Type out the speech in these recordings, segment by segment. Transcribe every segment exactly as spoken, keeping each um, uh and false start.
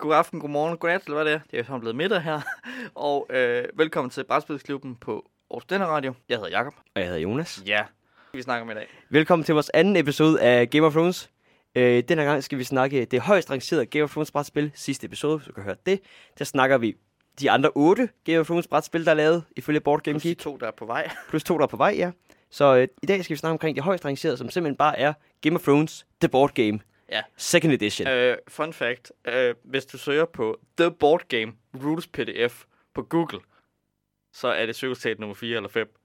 god aften, god morgen, god nat, eller hvad det er. Det er jo blevet middag her. Og øh, velkommen til Brætspilsklubben på Aarhus Studenter Radio. Jeg hedder Jakob. Og jeg hedder Jonas. Ja, vi snakker om i dag. Velkommen til vores anden episode af Game of Thrones. Øh, denne gang skal vi snakke det højst rangerede Game of Thrones brætspil. Sidste episode, så du kan høre det. Der snakker vi de andre otte Game of Thrones brætspil, der er lavet ifølge Board Game Geek. Plus to, der er på vej. Plus to, der er på vej, ja. Så øh, i dag skal vi snakke omkring det højst rangerede, som simpelthen bare er Game of Thrones The Board Game. Ja. Second edition. Uh, fun fact. Uh, hvis du søger på The Board Game Rules P D F på Google, så er det søgestat nummer fire eller fem.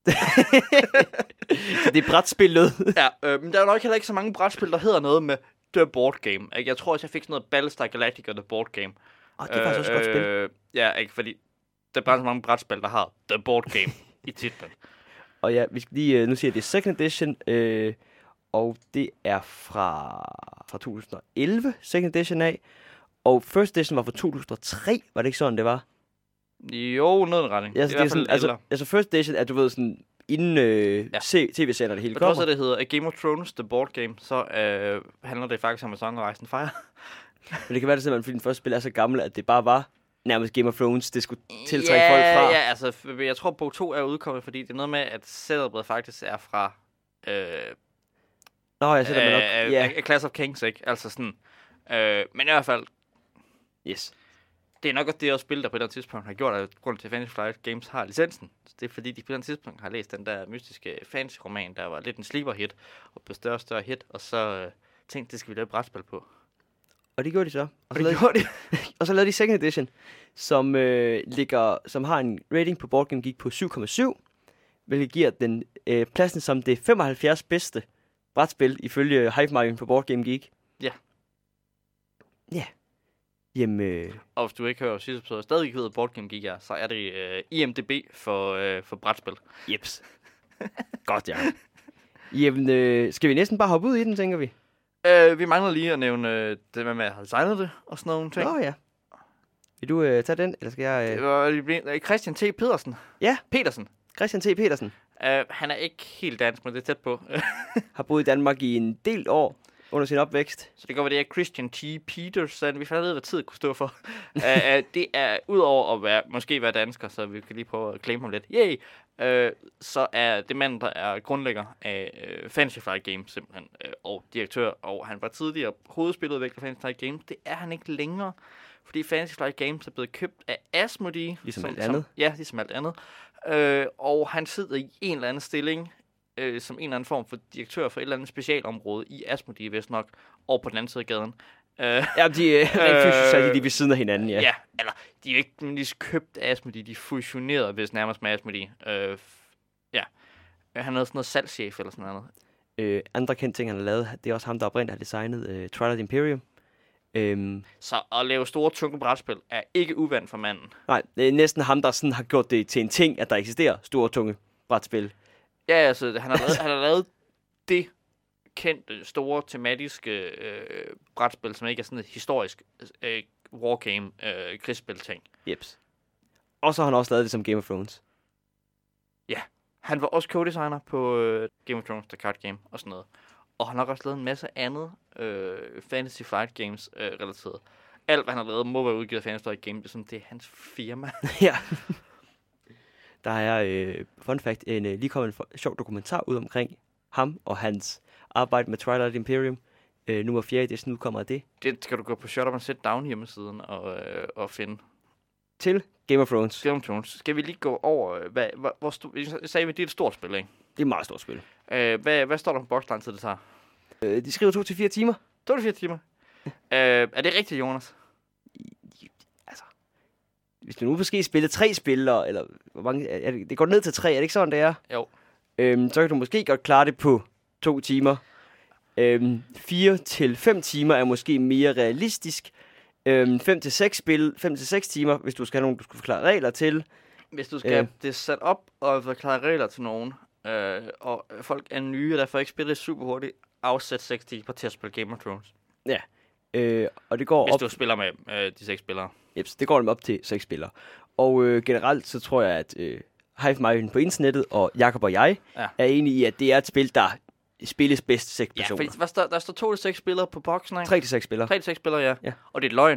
Så det er brætspillet. Ja, øh, men der er nok heller ikke så mange brætspil, der hedder noget med The Board Game. Ikke? Jeg tror også, jeg fik sådan noget Battlestar Galactica The Board Game. Åh, det er faktisk også et godt spil. Øh, ja, ikke, fordi der er bare så mange brætspil, der har The Board Game i titlen. Og ja, vi skal lige, nu siger jeg, det er second edition, øh, og det er fra, fra to tusind og elleve, second edition af. Og first edition var fra to tusind og tre, var det ikke sådan, det var? Jo, noget en retning. Ja, altså, det er, det er sådan, altså, altså first edition er, du ved, sådan, inden øh, ja. tv-serien det hele kommer. kommer. Og så det hedder A Game of Thrones, The Board Game, så øh, handler det faktisk om en Song of Ice and Fire. Men det kan være, det simpelthen, fordi den første spil er så gammel, at det bare var nærmest Game of Thrones, det skulle tiltrække ja, folk fra. Ja, altså, jeg tror, bog to er udkommet, fordi det er noget med, at setupet faktisk er fra... Øh, Nå, jeg sætter mig nok. Øh, Ja. A Clash of Kings, ikke? Altså sådan... Øh, men i hvert fald... Yes. Det er nok også det også spil, der på et tidspunkt har gjort, at grund til Fantasy Flight Games har licensen. Det er fordi, de på et tidspunkt har læst den der mystiske fantasy-roman, der var lidt en sleeper-hit, og blev større og større hit, og så øh, tænkte, det skal vi lave et brætspil på. Og det gjorde de så. Og, Og så det lavede gjorde de. og så lavede de second edition, som, øh, ligger, som har en rating på Board Game Geek på syv komma syv, hvilket giver den øh, pladsen som det femoghalvfjerds bedste brætspil ifølge Hype-marken på Board Game Geek. Ja. Ja. Jamen... Øh, Og hvis du ikke hører sidste episode, stadig ikke ved, Board Game Geek er, så er det øh, I M D B for, øh, for brætspil. jeps. Godt, ja. Jamen, øh, skal vi næsten bare hoppe ud i den, tænker vi? Øh, vi mangler lige at nævne øh, det med, at have designet det, og sådan nogle ting. Nå ja. Vil du øh, tage den, eller skal jeg... Det Øh... var øh, Christian T. Pedersen. Ja. Petersen. Christian T. Petersen Uh, han er ikke helt dansk, men det er tæt på. har boet i Danmark i en del år under sin opvækst. Så det går, hvad det er Christian T. Petersen. Vi fandt ud af, hvad tid kunne stå for. uh, uh, det er, udover at være, måske være dansker, så vi kan lige prøve at claim ham lidt. Yay! Uh, så er det mand, der er grundlægger af uh, Fantasy Flight Games, simpelthen, uh, og direktør. Og han var tidligere hovedspiludvikler af Fantasy Flight Games. Det er han ikke længere, fordi Fantasy Flight Games er blevet købt af Asmodee. Ligesom som, alt andet. Som, ja, ligesom alt andet. Uh, og han sidder i en eller anden stilling, Øh, som en eller anden form for direktør for et eller andet specialområde i Asmodee, vist nok, og på den anden side af gaden. Øh, Ja, de øh, rent fysisk så er de lige ved siden af hinanden, ja. ja, eller de er jo ikke lige købt af Asmodee, de er fusioneret, hvis nærmest med Asmodee. Øh, f- ja, han er sådan noget salgschef eller sådan noget. Øh, andre kendte ting, han har lavet, det er også ham, der oprindeligt har designet øh, Twilight Imperium. Øhm, Så at lave store, tunge brætspil er ikke uvandt for manden. nej, det er næsten ham, der sådan har gjort det til en ting, at der eksisterer store, tunge brætspil. Ja, altså, han har lavet, han har lavet det kendte, store, tematiske øh, brætspil, som ikke er sådan et historisk øh, wargame, øh, krigsspil-ting. Jeps. Og så har han også lavet det som Game of Thrones. Han var også co-designer på øh, Game of Thrones, The Card Game og sådan noget. Og han har også lavet en masse andet øh, Fantasy Flight Games øh, relateret. Alt, hvad han har lavet, må være udgivet af Fantasy Flight Games. Det er, sådan, det er hans firma. Ja. Der er, øh, fun fact, en øh, lige kommet en for, sjov dokumentar ud omkring ham og hans arbejde med Twilight Imperium. Øh, nu er fjerde edition udkommer af det. Det skal du gå på Shut Up and Sit Down hjemmesiden og, øh, og finde. Til Game of Thrones. Game of Thrones. Skal vi lige gå over, øh, hvad, hvor, hvor sto- jeg sagde vi, det er et stort spil, ikke? Det er et meget stort spil. Øh, hvad, hvad står der på boksline tid, det tager? Øh, de skriver to til fire timer. to til fire timer. øh, er det rigtigt, Jonas? Altså, hvis du nu måske spiller tre spillere, eller hvor mange, er det, det går ned til tre, er det ikke sådan, det er? Jo. Øhm, så kan du måske godt klare det på to timer. Øhm, fire til fem timer er måske mere realistisk. Øhm, fem til seks spil, fem til seks timer, hvis du skal have nogen, du skal forklare regler til. Hvis du skal Øh. det sat op og forklare regler til nogen, øh, og folk er nye, og derfor ikke spiller det super hurtigt, afsæt seks timer til at spille Game of Thrones. Øh, og det går Hvis op, du spiller med øh, de seks spillere. jeps, det går dem op til seks spillere. Og øh, generelt så tror jeg, at øh, Hive-marken på internettet og Jakob og jeg Ja. er enige i, at det er et spil, der spilles bedst seks Ja, personer. fordi hvad står, der står to til seks spillere på boksen, ikke? tre til seks spillere. tre til seks spillere, ja. Ja. Og det er løgn.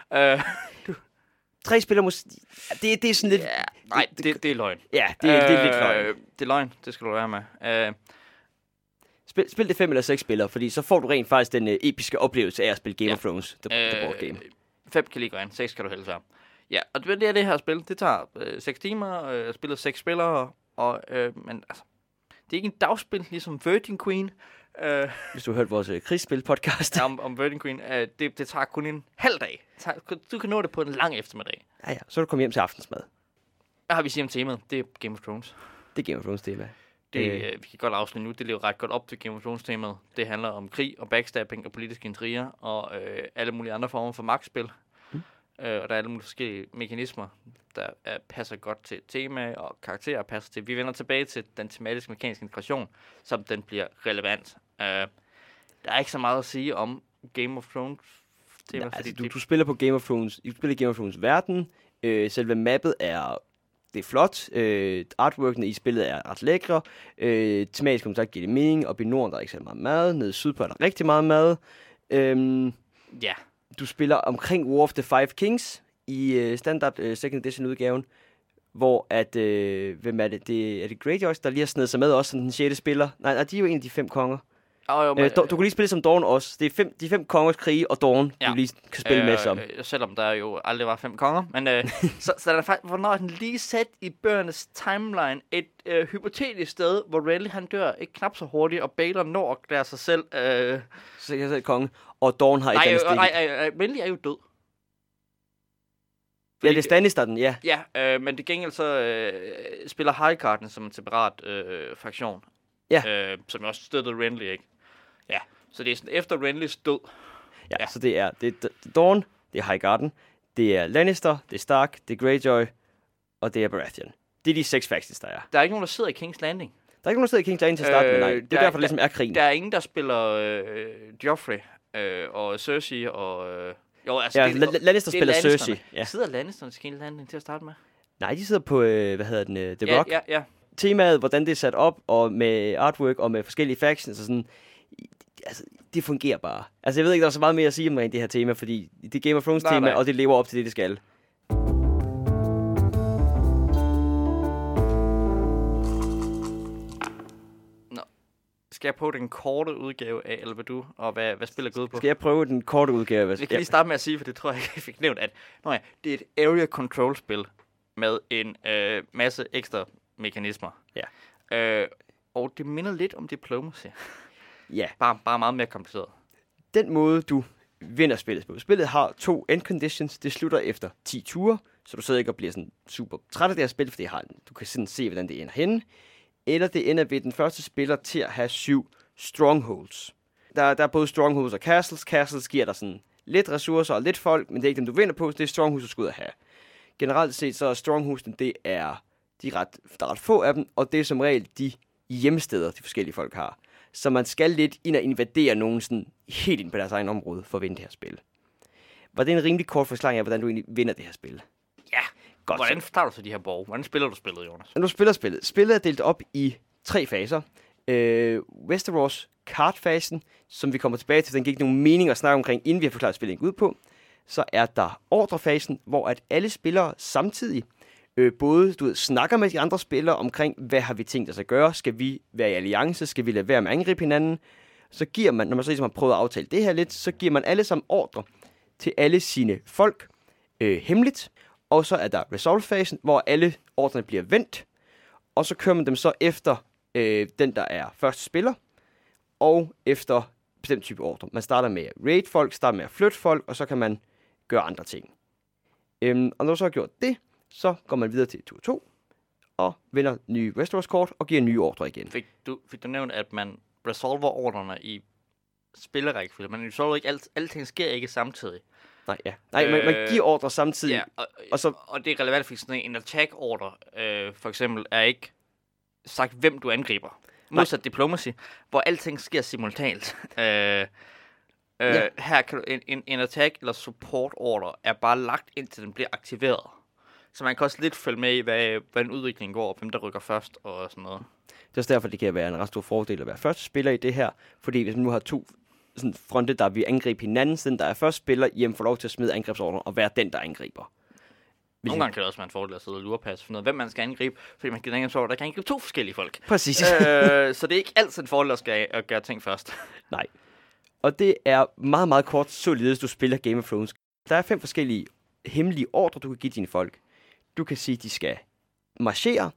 Uh, Tre spillere måske... Det, det er sådan lidt... ja, nej, det, det er løgn. Ja, det, det er lidt løgn. Øh, det er løgn, det skal du være med. Uh, Spil, spil det fem eller seks spillere, fordi så får du rent faktisk den uh, episke oplevelse af at spille Game Ja. of Thrones, the, the board game. Fem kan lige gå ind, seks kan du helst være. Ja, og det er det her spil. Det tager øh, seks timer, øh, spillet seks spillere, og, øh, men altså, det er ikke en dagspil, ligesom Virgin Queen. Øh, Hvis du har hørt vores uh, krigsspil-podcast. om, om Virgin Queen, øh, det, det tager kun en halv dag. Tager, du kan nå det på en lang eftermiddag. Ja, ja, så er du kommet hjem til aftensmad. Hvad har vi sige om temaet? Det er Game of Thrones. Det er Game of Thrones tema. Det, Øh. øh, vi kan godt afslutte nu. Det lever ret godt op til Game of Thrones-temaet. Det handler om krig og backstabbing og politiske intriger og øh, alle mulige andre former for magtspil. Mm. Øh, og der er alle mulige forskellige mekanismer, der er, passer godt til tema og karakterer passer til. Vi vender tilbage til den tematiske mekaniske integration, som den bliver relevant. Øh, der er ikke så meget at sige om Game of Thrones tema, Nej, fordi altså, du, det, du spiller på Game of Thrones. Du spiller Game of Thrones verden. Øh, selve mappet er det er flot. Øh, artworkene i spillet er ret lækre. Øh, tematisk kommer sagt giver det mening. Oppe i Norden der er ikke så meget mad. Nede sydpå er der rigtig meget mad. Øh, ja. Du spiller omkring War of the Five Kings i øh, standard øh, second edition udgaven, hvor at øh, hvem er det? Det er det Greyjoys, der lige har snedet sig med også som den sjette spiller. Nej, nej, de er jo en af de fem konger. Oh, jo, men, Øh, du, du kan lige spille som Dawn også. Det er fem, de fem kongers krige og Dawn, Ja. du lige kan spille øh, med som. Øh, selvom der jo aldrig var fem konger. Men øh, så, så der er faktisk, hvornår er den lige sat i bøgernes timeline et øh, hypotetisk sted, hvor Renly han dør ikke knap så hurtigt, og Baelor når at klæde sig selv. Øh... Så jeg selv konge. Og Dawn har Nej, ikke øh, andet nej, stik. nej, Renly er jo død. Ja, det er Stannis, der er den, ja. Ja, øh, men det gengæld så øh, spiller Highgarden som en separat øh, fraktion. Ja. Øh, som jo også støttede Renly, ikke? Ja, så det er sådan efter Renlys død. Ja, Ja. så det er, det er D- Dawn, det er Highgarden, det er Lannister, det er Stark, det er Greyjoy, og det er Baratheon. Det er de seks factions, der er. Der er ikke nogen, der sidder i King's Landing. Der er ikke nogen, der sidder i King's Landing til at starte øh, med, nej. Det er der- derfor, det ligesom er krigen. Der er ingen, der spiller øh, Joffrey øh, og Cersei og... Øh, jo, altså, Ja, det, La- La- Lannister det er spiller Lannisterne. Cersei. Ja. Sidder Lannisterne til King's Landing til at starte med? Nej, de sidder på, øh, hvad hedder den, øh, The Ja, Rock. ja, ja. Temaet, hvordan det er sat op, og med artwork, og med forskellige factions, og sådan, altså, det fungerer bare. Altså, jeg ved ikke, der er så meget mere at sige om rent det her tema, fordi det er Game of Thrones Nej, tema, nej. og det lever op til det, det skal. Skal jeg på den korte udgave af El Bedu, og hvad, hvad spiller Gud på? Skal jeg prøve den korte udgave? Vi kan lige starte med at sige, for det tror jeg ikke, jeg fik nævnt, at nå ja, det er et area control spil med en øh, masse ekstra mekanismer. Ja. Øh, og det minder lidt om Diplomacy. Ja, Bare, bare meget mere kompliceret. den måde, du vinder spillet på. Spillet har to end conditions. Det slutter efter ti ture, så du sidder ikke og bliver sådan super træt af det her spil, for det har, du kan sådan se, hvordan det ender henne. Eller det ender ved den første spiller til at have syv strongholds. Der, der er både strongholds og castles. Castles giver dig sådan lidt ressourcer og lidt folk, men det er ikke dem, du vinder på, så det er strongholds, du skal ud og have. Generelt set, så er strongholdsene, det er, de er ret, der er ret få af dem, og det er som regel de hjemsteder, de forskellige folk har. Så man skal lidt ind og invadere nogen sådan helt ind på deres egen område for at vinde det her spil. Var det en rimelig kort forklaring af, hvordan du egentlig vinder det her spil? Ja. Godt. Hvordan tager du så de her borg? Hvordan spiller du spillet, Jonas? Når du spiller spillet. Spillet er delt op i tre faser. Øh, Westeros kartfasen, som vi kommer tilbage til, den gik nogen mening at snakke omkring, inden vi har forklaret spillet ud på. Så er der ordrefasen, hvor at alle spillere samtidig øh, både du ved, snakker med de andre spillere omkring, hvad har vi tænkt os at gøre? Skal vi være i alliance? Skal vi lade være med at angribe hinanden? Så giver man, når man så ligesom har prøvet at aftale det her lidt, så giver man alle sammen ordre til alle sine folk øh, hemmeligt. Og så er der resolve-fasen, hvor alle ordrene bliver vendt. Og så kører man dem så efter øh, den, der er første spiller. Og efter bestemt type ordre. Man starter med at raid folk, starter med at flytte folk, og så kan man gøre andre ting. Øhm, og når du så har gjort det, så går man videre til tur to. Og vinder nye Westeros-kort og giver nye ordre igen. Fik du, fik du nævnt, at man resolver ordrene i spillerækkefølge? Men resolver ikke alt, alting sker ikke samtidig. Nej, ja. Nej, man, man Øh, giver ordre samtidig. Ja, og, og og, så- så, og det er relevant, fordi sådan en attack order, øh, for eksempel, er ikke sagt, hvem du angriber. Modsat Diplomacy, hvor alting sker simultant. øh, øh, Ja. Her kan du, en, en, en attack eller support order er bare lagt indtil den bliver aktiveret. Så man kan også lidt følge med i, hvad, hvordan udviklingen går, og hvem der rykker først og sådan noget. Det er også derfor, det kan være en ret stor fordel at være første spiller i det her. Fordi hvis man nu har to sådan fronte, der vil angribe hinanden, så den, der er først spiller, hjem får lov til at smide angrebsordre og være den, der angriber. Nogle gange kan det også være en fordel at sidde og lurepasse for noget, hvem man skal angribe, fordi man kan angribe, der kan angribe to forskellige folk. Præcis. øh, så det er ikke altid en fordel at, skal, at gøre ting først. Nej. Og det er meget, meget kort, således du spiller Game of Thrones. Der er fem forskellige hemmelige ordre, du kan give dine folk. Du kan sige, at de skal marchere.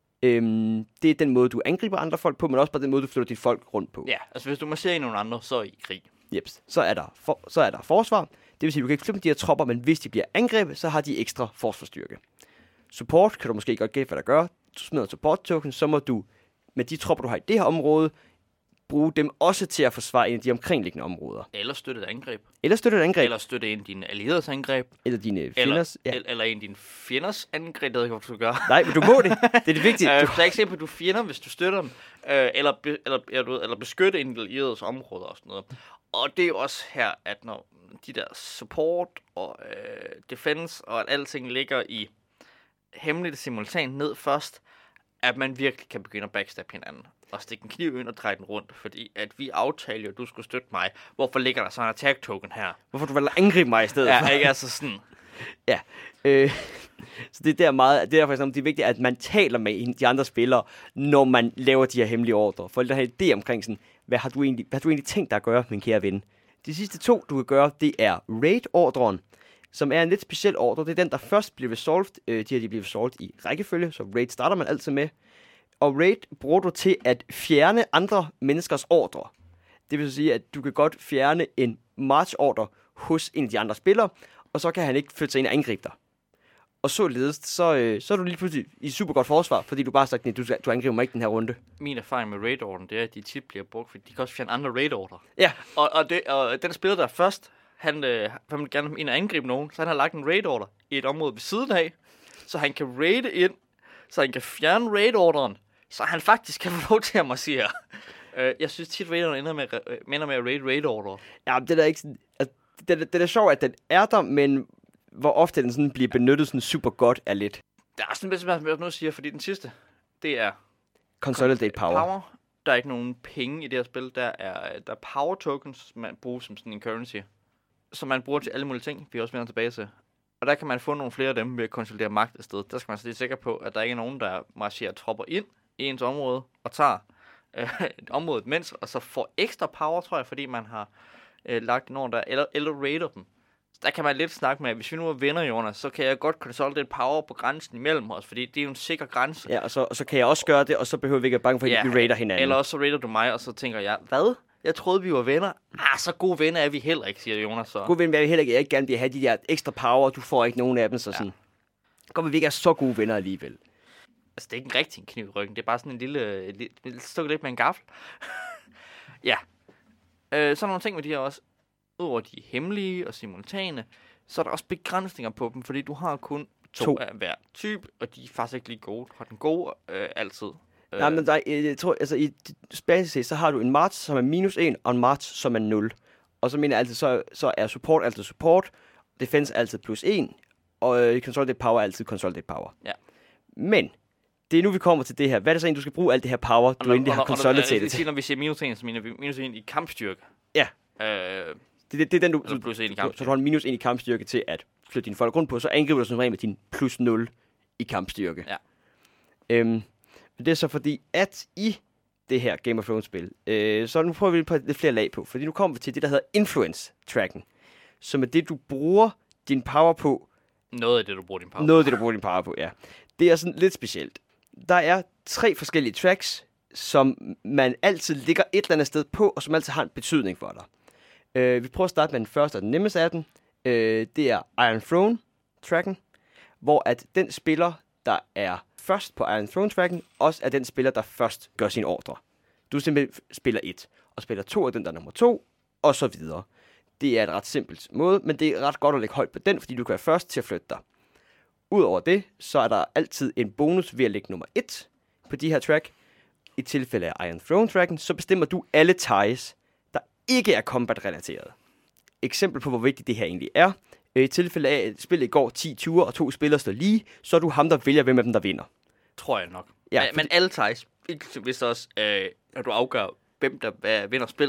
Øhm, det er den måde, du angriber andre folk på, men også bare den måde, du flytter dit folk rundt på. Ja, altså hvis du marcherer i nogle andre, så er I krig. Jeps. Så er der, for, så er der forsvar. Det vil sige, at du kan ikke flytte de her tropper, men hvis de bliver angrebet, så har de ekstra forsvarsstyrke. Support kan du måske godt gætte, hvad der gør. Du smider support token, så må du med de tropper, du har i det her område, bruge dem også til at forsvare en af de omkringliggende områder. Eller støtte et angreb. Eller støtte et angreb. Eller støtte en af dine allieredes angreb. Eller dine fjenders. Eller, ja. eller en af dine fjenders angreb, det ved jeg ikke, hvad du gør. Nej, men du må det. Det er det vigtige. øh, Du du kan ikke se på, at du er fjender, hvis du støtter dem. Øh, eller, be, eller, eller, eller beskytte en af de allieredes områder og sådan noget. Og det er jo også her, at når de der support og øh, defense og at alting ligger i hemmeligt simultant ned først, at man virkelig kan begynde at backstab hinanden. Og stikke en kniv ind og dreje den rundt, fordi at vi aftaler, at du skulle støtte mig. Hvorfor ligger der så en attack token her? Hvorfor du vil angribe mig i stedet ja, for? ikke altså sådan. Ja. Øh, så det er der meget, det er derfor det er vigtigt, at man taler med de andre spillere, når man laver de her hemmelige ordre. For der har en idé omkring sådan, hvad har du egentlig, hvad har du egentlig tænkt dig at gøre, min kære ven? De sidste to, du kan gøre, det er raid-ordren, som er en lidt speciel ordre. Det er den, der først bliver resolved. Øh, de her de bliver resolved i rækkefølge, så raid starter man altid med. Og raid bruger du til at fjerne andre menneskers ordre. Det vil sige, at du kan godt fjerne en march-ordre hos en af de andre spillere, og så kan han ikke flytte sig ind og angribe dig. Og således, så, øh, så er du lige pludselig i super godt forsvar, fordi du bare har sagt, at du, du angriber mig ikke den her runde. Min erfaring med raid-ordren, det er, at de tit bliver brugt, fordi de kan også fjerne andre raid-ordre. Ja. Og, og, det, og den spiller der først, han, øh, han vil gerne ind og angribe nogen, så han har lagt en raid-ordre i et område ved siden af, så han kan raide ind, så han kan fjerne raid-ordren, så han faktisk kan få lov til at marchere. uh, jeg synes tit, raiderne ender med, uh, minder med at raid raid-ordre. Ja, det er da ikke sådan, altså, det, det, det er sjovt, at den er der, men hvor ofte den sådan bliver benyttet sådan super godt er lidt. Der er sådan lidt, som jeg nu siger, fordi den sidste, det er Consolidate power. power. Der er ikke nogen penge i det her spil. Der er, der er power tokens, man bruger som sådan en currency, som man bruger til alle mulige ting. Vi er også vender tilbage til. Og der kan man få nogle flere af dem ved at konsolidere magt et sted. Der skal man så lige sikker på, at der ikke er nogen, der marcherer tropper ind i ens område og tager øh, området mens, og så får ekstra power, tror jeg, fordi man har øh, lagt nogen der, eller, eller raider dem. Så der kan man lidt snakke med, at hvis vi nu er venner, Jonas, så kan jeg godt consolidate power på grænsen imellem os, fordi det er jo en sikker grænse. Ja, og så, og så kan jeg også gøre det, og så behøver vi ikke være bange for, at ja, vi raider hinanden. Eller også så raider du mig, og så tænker jeg, hvad? Jeg troede, vi var venner. Ah, så gode venner er vi heller ikke, siger Jonas så. Gode venner er vi heller ikke. Jeg ikke gerne vil have de der ekstra power, du får ikke nogen af dem, så sådan. Ja. Godt, vi ikke er så gode venner alligevel. Altså, det er ikke en rigtig kniv i ryggen. Det er bare sådan en lille, lille, lille stykke lidt med en gaffel. ja. Øh, så er nogle ting med de her også. Udover de hemmelige og simultane, så er der også begrænsninger på dem, fordi du har kun to, to. af hver type, og de er faktisk ikke lige gode. Du har den gode øh, altid. Nej, men der, jeg tror, altså i Spanish, så har du en march, som er minus en, og en march, som er nul. Og så mener jeg altid, så, så er support altid support, defense altid plus en, og consolidate power altid consolidate power. Ja. Men, det er nu, vi kommer til det her. Hvad er det så egentlig, du skal bruge alt det her power, du egentlig har consolidated til? Når vi siger minus en, så mener vi minus en i kampstyrke. Ja. Øh, det, det, det er den, du... Altså plus en i kampstyrke. Så du har en minus en i kampstyrke til at flytte dine folk rundt på, så angriber du som regel med din plus nul i kampstyrke. Ja. Øhm, men det er så fordi, at i det her Game of Thrones-spil, øh, så nu prøver vi på lidt flere lag på, fordi nu kommer vi til det, der hedder influence-tracken, som er det, du bruger din power på. Noget af det, du bruger din power Noget af på. det, du bruger din power på, ja. Det er sådan lidt specielt. Der er tre forskellige tracks, som man altid ligger et eller andet sted på, og som altid har en betydning for dig. Øh, vi prøver at starte med den første og den nemmeste af dem. Øh, det er Iron Throne-tracken, hvor at den spiller, der er først på Iron Throne-tracken, også er den spiller, der først gør sin ordre. Du simpelthen spiller et, og spiller to af den, der er nummer to, og så videre. Det er et ret simpelt måde, men det er ret godt at lægge højt på den, fordi du kan være først til at flytte dig. Udover det, så er der altid en bonus ved at lægge nummer et på de her track. I tilfælde af Iron Throne-tracken, så bestemmer du alle ties, der ikke er combat-relateret. Eksempel på, hvor vigtigt det her egentlig er. I tilfælde af, at spillet går ti ture, og to spillere står lige, så er du ham, der vælger, hvem af dem, der vinder. Tror jeg nok. Ja, men, fordi... men alle ties, inklusive hvis også, øh, når du afgør, hvem der øh, vinder spillet.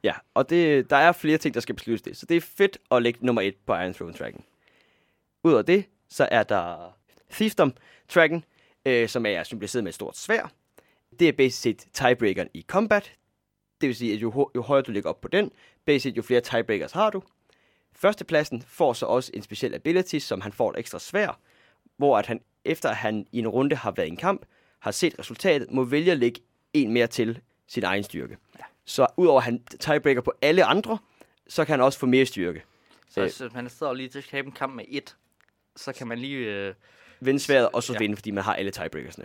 Ja, og det, der er flere ting, der skal besluttes det. Så det er fedt at lægge nummer et på Iron Throne-tracken. Udover det, så er der Thiefdom-tracken, øh, som er symboliseret med et stort sværd. Det er basic set tiebreakeren i combat. Det vil sige, at jo, jo højere du ligger op på den, basic set, jo flere tiebreakers har du. Førstepladsen får så også en speciel ability, som han får et ekstra sværd, hvor at han, efter at han i en runde har været i en kamp, har set resultatet, må vælge at lægge en mere til sin egen styrke. Ja. Så udover at han tiebreaker på alle andre, så kan han også få mere styrke. Så hvis øh, man står lige til at have en kamp med et, så kan man lige... Øh... vinde sværet, og så ja. vinde, fordi man har alle tiebreakersne.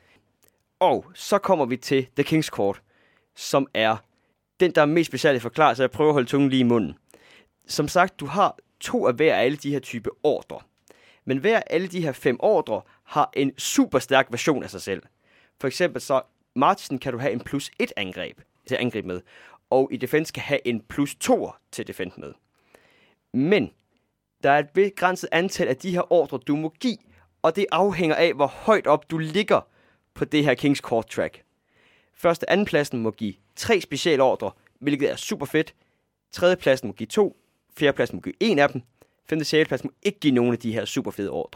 Og så kommer vi til The King's Court, som er den, der er mest specielt forklaret, så jeg prøver at holde tungen lige i munden. Som sagt, du har to af hver af alle de her type ordre. Men hver af alle de her fem ordre har en super stærk version af sig selv. For eksempel så, Marchen kan du have en plus et angreb til angreb med, og i defense kan have en plus to til defense med. Men der er et begrænset antal af de her ordre, du må give, og det afhænger af, hvor højt op du ligger på det her King's Court track. Første og anden pladsen må give tre specialordre, hvilket er super fedt. Tredje pladsen må give to, fjerde pladsen må give en af dem. Femte og sjette pladsen må ikke give nogen af de her super fede ordre.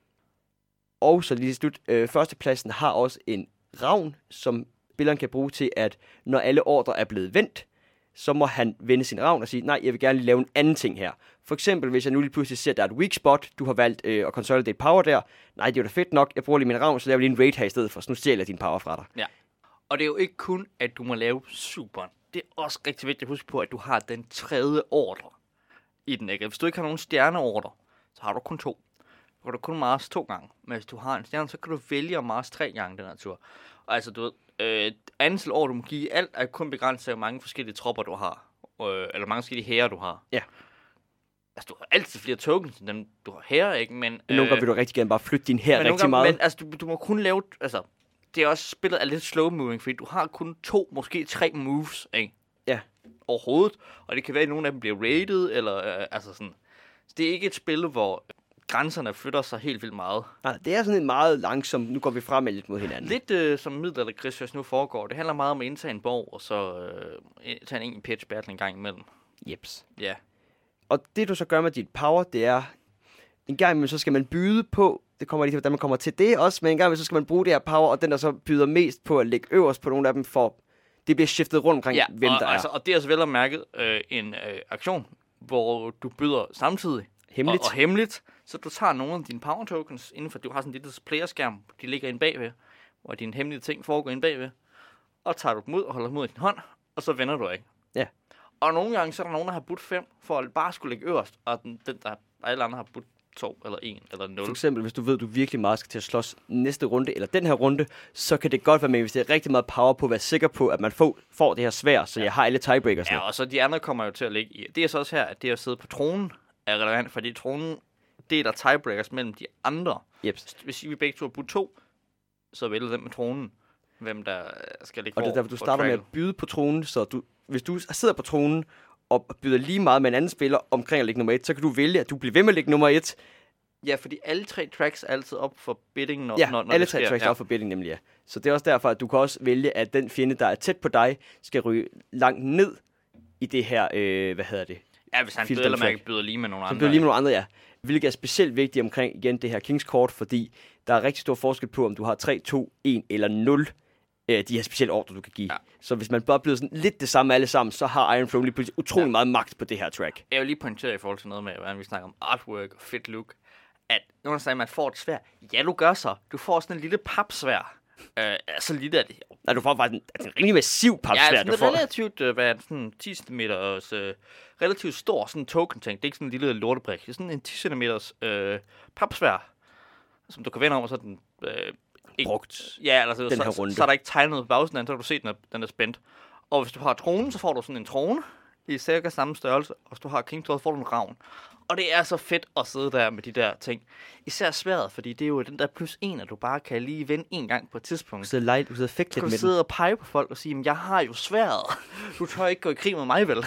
Og så lige til slut, øh, førstepladsen har også en ravn, som spilleren kan bruge til, at når alle ordre er blevet vendt, så må han vende sin ravn og sige, nej, jeg vil gerne lige lave en anden ting her. For eksempel, hvis jeg nu lige pludselig ser, at der er et weak spot, du har valgt øh, at consolidate power der. Nej, det er jo da fedt nok, jeg bruger lige min ravn, så laver jeg lige en raid her i stedet for, så nu stjæler jeg din power fra dig. Ja, og det er jo ikke kun, at du må lave superen. Det er også rigtig vigtigt at huske på, at du har den tredje ordre i den, ikke? Hvis du ikke har nogen stjerneordre, så har du kun to. Så kan du kun Mars to gange. Men hvis du har en stjerne, så kan du vælge at Mars tre gange den her tur. Og altså, du ved, øh, antal år, du må give, alt er kun begrænset af, hvor mange forskellige tropper, du har. Øh, eller mange forskellige hære, du har. Ja. Altså, du har altid flere tokens, end dem, du har hære, ikke? Men, men nogle øh, gange vil du rigtig gerne bare flytte din hære rigtig gange, meget. Men altså, du, du må kun lave, altså, det er også spillet er lidt slow moving, fordi du har kun to, måske tre moves, ikke? Ja. Overhovedet. Og det kan være, at nogle af dem bliver rated, eller øh, altså sådan. Så det er ikke et spil, hvor grænserne flytter sig helt vildt meget. Nej, det er sådan en meget langsom, nu går vi frem lidt mod hinanden. Lidt øh, som middelalderkrigsførs nu foregår. Det handler meget om at indtage en borg, og så øh, tage en enkelt pitch battle en gang imellem. Jeps. Ja. Yeah. Og det du så gør med dit power, det er, en gang imellem så skal man byde på, det kommer lige til, hvordan man kommer til det også, men en gang imellem så skal man bruge det her power, og den der så byder mest på at lægge øverst på nogle af dem, for det bliver skiftet rundt omkring, ja, hvem og, der altså, er. Og det er altså vel at mærke øh, en øh, aktion, hvor du byder samtidig. Hemmeligt. Og, og hemmeligt, så du tager nogle af dine power tokens, inden for du har sådan en lille playerskærm, de ligger inde bagved, hvor dine hemmelige ting foregår inde bagved, og tager du dem ud og holder dem ud i din hånd, og så vender du ikke. Ja. Og nogle gange, så er der nogen, der har budt fem, for at bare skulle ligge øverst, og den, den der alle andre har budt to, eller en, eller nul. For eksempel, hvis du ved, at du virkelig meget skal til at slås næste runde, eller den her runde, så kan det godt være med, hvis det er rigtig meget power på at være sikker på, at man får, får det her svær, så ja. Jeg har alle tiebreakers. Ja, og så de andre kommer jo til at ligge i. Det er så også her, at det at sidde på tronen er relevant, fordi tronen, det er der tiebreakers mellem de andre. Yep. Hvis vi begge to har budt to, så vælger den med tronen, hvem der skal ligge. Og det er derfor, du starter med at byde på tronen, så du, hvis du sidder på tronen, og byder lige meget med en anden spiller omkring at ligge nummer et, så kan du vælge, at du bliver ved med at ligge nummer et. Ja, fordi alle tre tracks er altid op for bidding, når, ja, når, når alle det tre sker. tracks ja. er op for bidding, nemlig ja. Så det er også derfor, at du kan også vælge, at den fjende, der er tæt på dig, skal ryge langt ned i det her, øh, hvad hedder det? Ja, hvis han byder, eller man byder lige med nogle så andre. byder lige med nogle andre, ja. Hvilket er specielt vigtigt omkring, igen, det her King's Court, fordi der er rigtig stor forskel på, om du har tre, to, en eller nul øh, de her specielle ordre, du kan give. Ja. Så hvis man bare bliver sådan lidt det samme alle sammen, så har Iron Throne lige pludselig utrolig ja. meget magt på det her track. Jeg vil lige pointere i forhold til noget med, hvordan vi snakker om artwork og fit look, at nogen siger, at man får et sværd. Ja, du gør så. Du får sådan en lille papsværd. Øh, så lille er det. Nej, du får faktisk en, en rimelig massiv papsværd. Ja, altså, det er relativt, øh, hvad er det, sådan ti centimeter øh, relativt stor sådan token-ting. Det er ikke sådan en lille lortebrik. Det er sådan en ti centimeter øh, papsværd, som du kan vende om, og så den... Øh, ikke brugt ja, altså, den så, her runde. Så, så er der ikke tegnet på bagsiden, så kan du se, at den er, den er spændt. Og hvis du har tronen, så får du sådan en trone i cirka samme størrelse. Og hvis du har King's Court, så får du en ravn. Og det er så fedt at sidde der med de der ting. Især sværet, fordi det er jo den der plus en, at du bare kan lige vende en gang på et tidspunkt. Du sidder light, du sidder fægt lidt med den. Du kan sidde og pege på folk og sige, jeg har jo sværet. Du tør ikke gå i krig med mig, vel?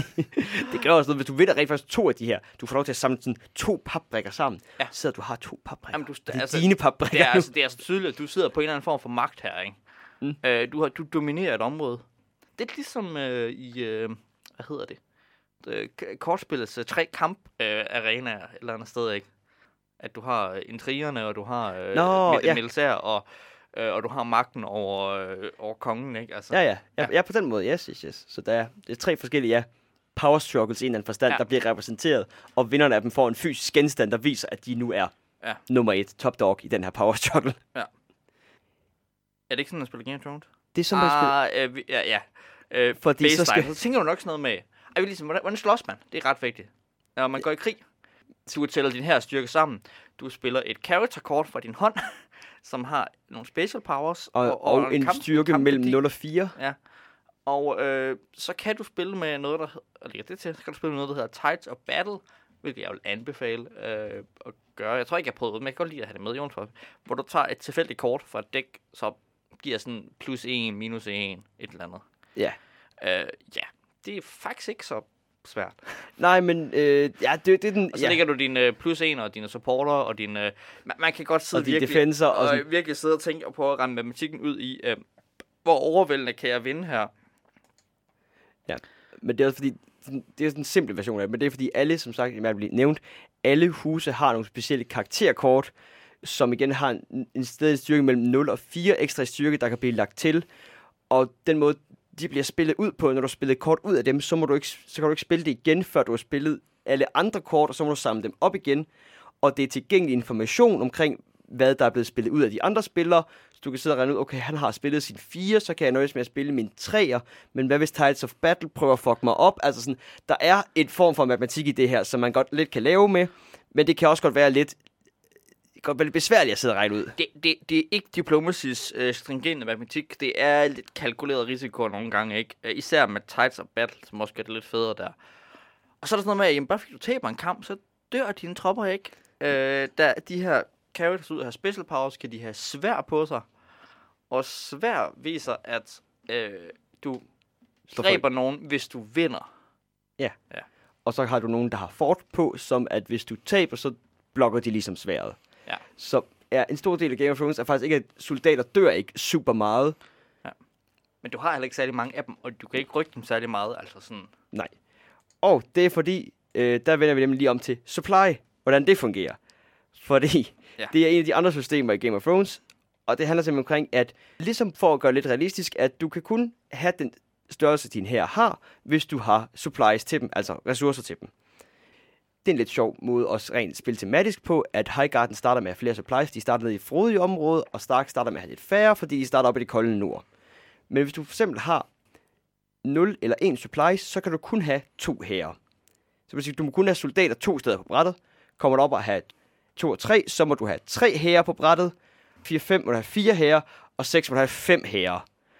Det gør også noget, hvis du vinder rent faktisk to af de her. Du får lov til at samle sådan to papbrikker sammen. Ja. Så sidder du har to papbrikker. Jamen, du, det er altså, dine papbrikker. Det er, altså, det er altså tydeligt, at du sidder på en eller anden form for magt her, ikke? Mm. Øh, du, har, du dominerer et område. Det er ligesom øh, i... Øh, hvad hedder det? det kortspillets uh, tre kamp-arenaer uh, et eller andet sted, ikke? At du har uh, intrigerne, og du har uh, Nå, mil- ja. militær, og, uh, og du har magten over, uh, over kongen, ikke? Altså, Ja, ja. Ja, Ja. ja, på den måde, yes, yes, yes. Så der er, det er tre forskellige, ja, power struggles i en eller anden forstand, Ja. der bliver repræsenteret, og vinderne af dem får en fysisk genstand, der viser, at de nu er Ja. nummer et, top dog i den her power struggle. Er det ikke sådan, at spille Game of Thrones? Det er som at spille, Ah, øh, vi- ja, ja. Øh, Fordi så baseline. skal- Så tænker du nok sådan noget med, ej, ligesom, hvordan, hvordan slås man? Det er ret vigtigt. Når man går i krig, du tæller din her styrke sammen. Du spiller et character-kort fra din hånd, som har nogle special powers. og, og, og en kamp- styrke kamp- mellem værdi. nul og fire. Ja. Og øh, så kan du spille med noget, der hed- og lægger det til, så kan du spille med noget, der hedder Tides of Battle, hvilket jeg vil anbefale øh, at gøre. Jeg tror ikke, jeg har prøvet det, men jeg kan godt lide at have det med, Jonsson. Hvor du tager et tilfældigt kort fra et dæk, så giver sådan plus en, minus en, et eller andet. Ja. Øh, ja, det er faktisk ikke så svært. Nej, men øh, ja, det, det er den... Og så ja. lægger du dine øh, plus en og dine supporter og dine... Øh, man, man kan godt sidde Og dine virkelig, defenser og og sådan- virkelig sidde og tænke og prøve at ramme matematikken ud i, øh, hvor overvældende kan jeg vinde her. Men det er også fordi, det er sådan en simpel version af det, men det er fordi alle, som sagt, jeg bliver nævnt, alle huse har nogle specielle karakterkort, som igen har en, en stadig styrke mellem nul og fire ekstra styrke, der kan blive lagt til. Og den måde, de bliver spillet ud på, når du har spillet kort ud af dem, så, må du ikke, så kan du ikke spille det igen, før du har spillet alle andre kort, og så må du samle dem op igen. Og det er tilgængelig information omkring, hvad der er blevet spillet ud af de andre spillere. Så du kan sidde og regne ud, okay, han har spillet sin fire, så kan jeg nøjes med at spille min treer. Men hvad hvis Tides of Battle prøver at fuck mig op? Altså sådan, der er et form for matematik i det her, som man godt lidt kan lave med. Men det kan også godt være lidt, godt være lidt besværligt at sidde og regne ud. Det, det, det er ikke Diplomacy's øh, stringente matematik. Det er lidt kalkuleret risiko nogle gange, ikke? Øh, især med Tides of Battle, som også gør det lidt federe der. Og så er der sådan noget med, at jamen, bare fordi du taber en kamp, så dør dine tropper ikke. Øh, der, de her characters ud har special powers, kan de have svær på sig. Og svær viser, at øh, du Slå dræber nogen, hvis du vinder. Og så har du nogen, der har fort på, som at hvis du taber, så blokker de ligesom sværet. Ja. Så ja, en stor del af Game of Thrones er faktisk ikke, at soldater dør ikke super meget. Men du har heller ikke særlig mange af dem, og du kan ikke rykke dem særlig meget. Altså sådan. Nej. Og det er fordi, øh, der vender vi nemlig lige om til supply, hvordan det fungerer. Fordi Ja. det er en af de andre systemer i Game of Thrones, og det handler simpelthen omkring, at ligesom for at gøre det lidt realistisk, at du kan kun have den størrelse, din her har, hvis du har supplies til dem, altså ressourcer til dem. Det er en lidt sjov måde at rent spille tematisk på, at Highgarden starter med at have flere supplies. De starter ned i frodige område, og Stark starter med at have lidt færre, fordi de starter op i det kolde nord. Men hvis du for eksempel har nul eller en supplies, så kan du kun have to hære. Så det vil sige, du må kun have soldater to steder på brættet. Kommer du op og have to og tre, så må du have tre hære på brættet. fire fem må du have fire hære, og seks må du have fem hære.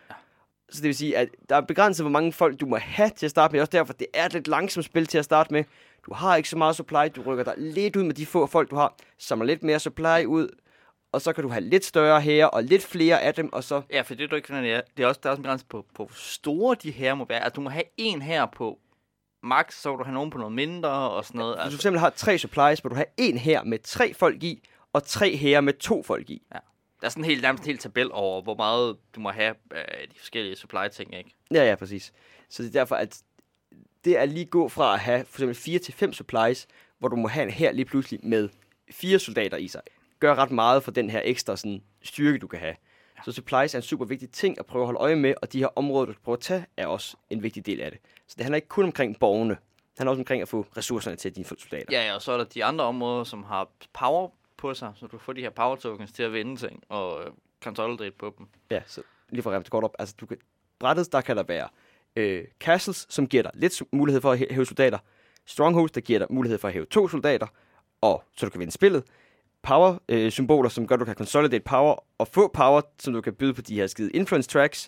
Så det vil sige, at der er begrænset, hvor mange folk du må have til at starte med. Også derfor, det er et lidt langsomt spil til at starte med. Du har ikke så meget supply. Du rykker dig lidt ud med de få folk, du har. Samler lidt mere supply ud. Og så kan du have lidt større hære og lidt flere af dem. Og så... Ja, for det du ikke finder, det er, det er også, der er også en grænse på, på, hvor store de her må være. Altså, du må have en her på max, så vil du have nogen på noget mindre og sådan noget. Hvis du Altså, for eksempel har tre supplies, må du have en her med tre folk i, og tre hære med to folk i. der er sådan en helt, nærmest en hel tabel over, hvor meget du må have af de forskellige supply-ting, ikke? Ja, ja, præcis. Så det er derfor, at det er lige gå fra at have for eksempel fire til fem supplies, hvor du må have en her lige pludselig med fire soldater i sig. Gør ret meget for den her ekstra sådan, styrke, du kan have. Ja. Så supplies er en super vigtig ting at prøve at holde øje med, og de her områder, du kan prøve at tage, er også en vigtig del af det. Så det handler ikke kun omkring borgerne. Det handler også omkring at få ressourcerne til dine soldater. Ja, ja, og så er der de andre områder, som har power på sig, så du får de her power tokens til at vinde ting, og øh, consolidate på dem. Ja, så lige for at ramme det kort op. Altså, du kan, brættet, der kan der være øh, castles, som giver dig lidt mulighed for at hæ- hæve soldater. Strongholds, der giver dig mulighed for at hæve to soldater, og så du kan vinde spillet. Power-symboler, øh, som gør, at du kan consolidate power, og få power, som du kan byde på de her skide influence tracks.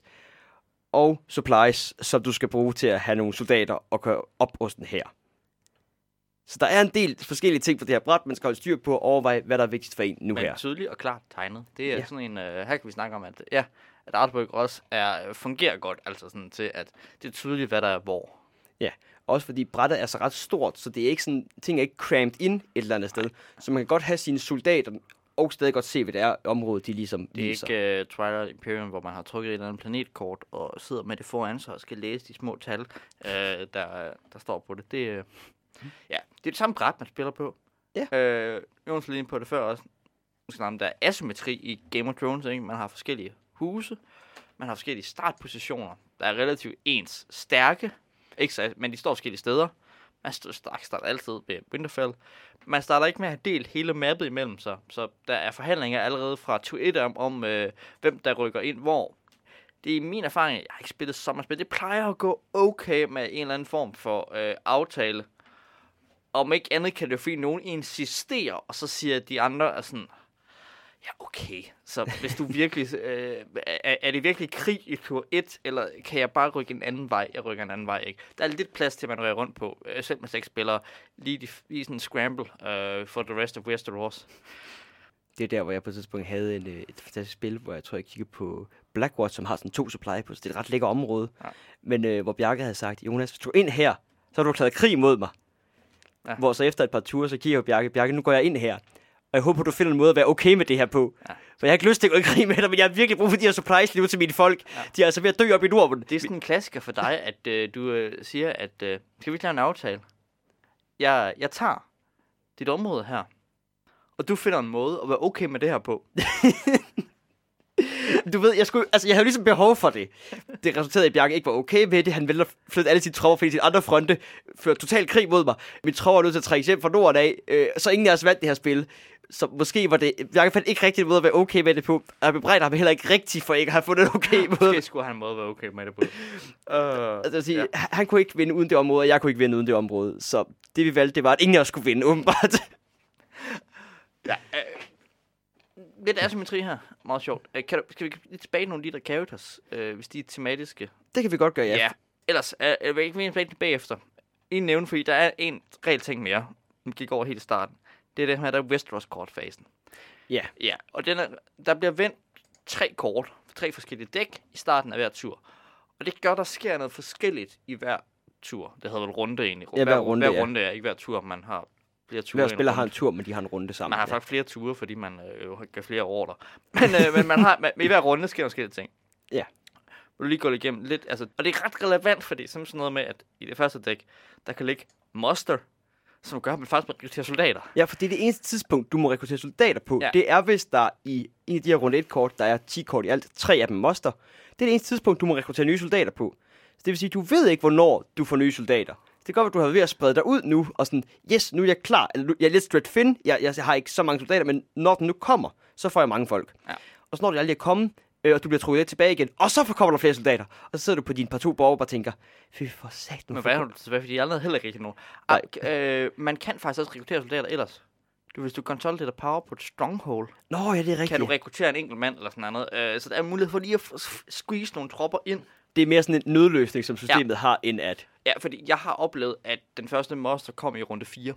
Og supplies, som du skal bruge til at have nogle soldater og køre oprusten her. Så der er en del forskellige ting på det her bræt, man skal holde styr på og overveje, hvad der er vigtigst for en nu Men her. tydeligt og klart tegnet. Det er Ja. ja. sådan en, øh, her kan vi snakke om, at, ja, at artwork også er, fungerer godt, altså sådan til, at det er tydeligt, hvad der er hvor. Også fordi brættet er så ret stort, så det er ikke sådan, ting er ikke crammed ind et eller andet sted. Så man kan godt have sine soldater og stadig godt se, hvad det er området, de ligesom Det er viser. ikke uh, Twilight Imperium, hvor man har trykket et eller andet planetkort og sidder med det foran sig og skal læse de små tal, uh, der, der står på det. Det, uh, ja, det er det samme bræt, man spiller på. Ja. Uh, Jonas lige på det før også. Der er asymmetri i Game of Thrones, ikke? Man har forskellige huse, man har forskellige startpositioner, der er relativt ens stærke, ikke så, men de står forskellige steder. Man starter altid ved Winterfell. Man starter ikke med at have delt hele mappet imellem sig, så der er forhandlinger allerede fra Twitter om, om øh, hvem der rykker ind hvor. Det er min erfaring, jeg har ikke spillet sommerspil, det plejer at gå okay med en eller anden form for øh, aftale. Om ikke andet kan det jo fordi nogen insisterer, og så siger de andre er sådan, ja okay, så hvis du virkelig, øh, er, er det virkelig krig i tur et, eller kan jeg bare rykke en anden vej? Jeg rykker en anden vej, ikke? Der er lidt plads til, at man rører rundt på, øh, selv med seks spillere, lige, de, lige sådan en scramble øh, for the rest of Westeros. Det er der, hvor jeg på et tidspunkt havde en, et fantastisk spil, hvor jeg tror, jeg kiggede på Blackwatch, som har sådan to supply på, så det er et ret lækker område. Ja. Men øh, hvor Bjarke havde sagt, Jonas, hvis du er ind her, så har du erklæret krig mod mig. Ja. Hvor så efter et par ture, så kigger jeg på Bjarke, Bjarke, nu går jeg ind her. Og jeg håber, du finder en måde at være okay med det her på. Ja. For jeg har ikke lyst til at gå i krig med dig, men jeg har virkelig brug for de her supplies lige til mine folk. Ja. De er altså ved at dø op i Norden. Det er sådan en klassiker for dig, at øh, du øh, siger, at øh, skal vi ikke lave en aftale? Jeg, jeg tager dit område her, og du finder en måde at være okay med det her på. Du ved, jeg skulle, altså jeg havde ligesom behov for det. Det resulterede i, at Bjarke ikke var okay med det. Han ville flytte alle sine tropper, fordi sine andre fronte førte total krig mod mig. Mine tropper var nødt til at trække hjem fra Norden af, øh, så ingen af os vandt det her spil. Så måske var det, Bjarke fandt ikke rigtig en måde at være okay med det på. Jeg bebrejder ham heller ikke rigtigt for ikke at have fundet en okay måde. Måske skulle han en måde at være okay med det på. Uh, altså, sige, ja. han, han kunne ikke vinde uden det område, og jeg kunne ikke vinde uden det område. Så det vi valgte, det var, at ingen af os skulle vinde, åbenbart. Ja, øh. Lidt asymmetri her. Meget sjovt. Uh, kan du, skal vi lige tilbage nogle af de der characters, uh, hvis de er tematiske? Det kan vi godt gøre, ja. Ja. Ellers, uh, jeg vil ikke vende tilbage bagefter. Lige nævne, fordi der er en regel ting mere, som gik over helt starten. Det er det her, der er Westeros-kortfasen. Ja. Ja, og den er, der bliver vendt tre kort, tre forskellige dæk i starten af hver tur. Og det gør, der sker noget forskelligt i hver tur. Det hedder vel runde egentlig. Ja, hver runde, hver ja. runde er ikke hver tur, man har flere ture. Hver spiller har en tur, men de har en runde sammen. Man har faktisk flere ture, fordi man øh, gør flere ordre. Men, øh, men man har, man, i hver runde sker der forskellige ting. Ja. Vil du lige gå igennem lidt, altså, og det er ret relevant, fordi sådan noget med, at i det første dæk, der kan ligge muster, som gør, at man faktisk må rekruttere soldater. Ja, for det er det eneste tidspunkt, du må rekruttere soldater på. Ja. Det er, hvis der i en af de her runde et-kort, der er ti kort i alt, tre af dem muster. Det er det eneste tidspunkt, du må rekruttere nye soldater på. Så det vil sige, du ved ikke, hvornår du får nye soldater. Det kan godt være, at du har ved at sprede dig ud nu, og sådan, yes, nu er jeg klar. Eller, nu, jeg er lidt straight fin, jeg, jeg har ikke så mange soldater, men når den nu kommer, så får jeg mange folk. Ja. Og så når det aldrig er kommet, øh, og du bliver trukket lidt tilbage igen, og så kommer der flere soldater. Og så sidder du på dine par to borger og bare tænker, fy for sat. Men hvad har du tilbage, fordi jeg heller ikke rigtig nogen. Ah, øh, man kan faktisk også rekruttere soldater ellers. Du, hvis du consolidater power på et stronghold, Nå, ja, det er rigtigt. Kan du rekruttere en enkelt mand eller sådan noget. Øh, så der er mulighed for lige at squeeze nogle tropper ind. Det er mere sådan en nødløsning, som systemet ja. har, end at... Ja, fordi jeg har oplevet, at den første monster kom i runde fire.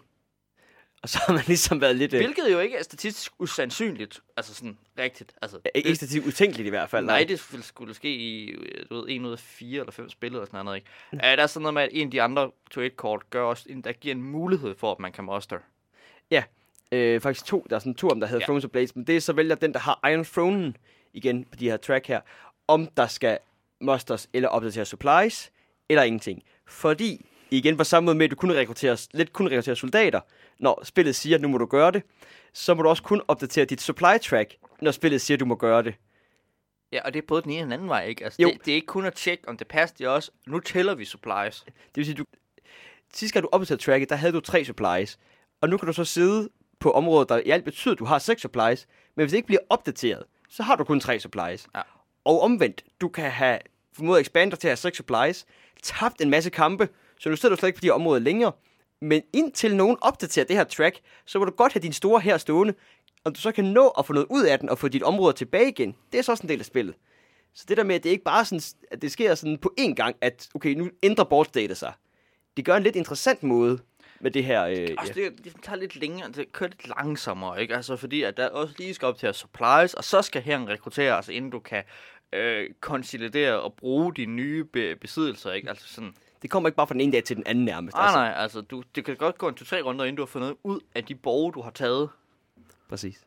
Og så har man ligesom været lidt... Hvilket jo ikke er statistisk usandsynligt. Altså sådan rigtigt. Altså, ja, ikke statistisk utænkeligt i hvert fald. Nej, det skulle ske i du ved, en ud af fire eller fem spil eller sådan noget. Ikke? Mm. Uh, der er sådan noget med, at en af de andre to et-kort gør også, der giver en mulighed for, at man kan monster. Ja, øh, faktisk to. Der er sådan to om, der hedder ja. Thrones of Blades. Men det er så vælger den, der har Iron Throne igen på de her track her. Om der skal monsters eller opdatere supplies, eller ingenting. Fordi, igen på samme måde med, at du kun rekrutterer, lidt kun rekrutterer soldater, når spillet siger, at nu må du gøre det, så må du også kun opdatere dit supply track, når spillet siger, at du må gøre det. Ja, og det er både den ene og den anden vej, ikke? Altså, det, det er ikke kun at tjekke, om det passer, det er også, nu tæller vi supplies. Det vil sige, du sidst gang du opdaterede tracket, der havde du tre supplies, og nu kan du så sidde på området, der i alt betyder, at du har seks supplies, men hvis det ikke bliver opdateret, så har du kun tre supplies. Ja. Og omvendt, du kan have formodet expander til at have seks supplies, tabt en masse kampe, så nu sidder du slet ikke på de områder længere. Men indtil nogen opdaterer det her track, så må du godt have din store her stående, og du så kan nå at få noget ud af den og få dit område tilbage igen. Det er så også en del af spillet. Så det der med, at det ikke bare sådan, at det sker sådan på én gang, at okay, nu ændrer board status sig. Det gør en lidt interessant måde med det her. Øh, også ja. det, det tager lidt længere, det kører lidt langsommere, ikke? Altså fordi at der også lige skal op til at supplies, og så skal herren rekruttere, altså inden du kan øh, konsolidere og bruge de nye be- besiddelser, ikke? Altså sådan. Det kommer ikke bare fra den ene dag til den anden nærmest. Nej, altså. nej, altså du, det kan godt gå en to-tre runder, inden du har fundet ud af de borge, du har taget. Præcis.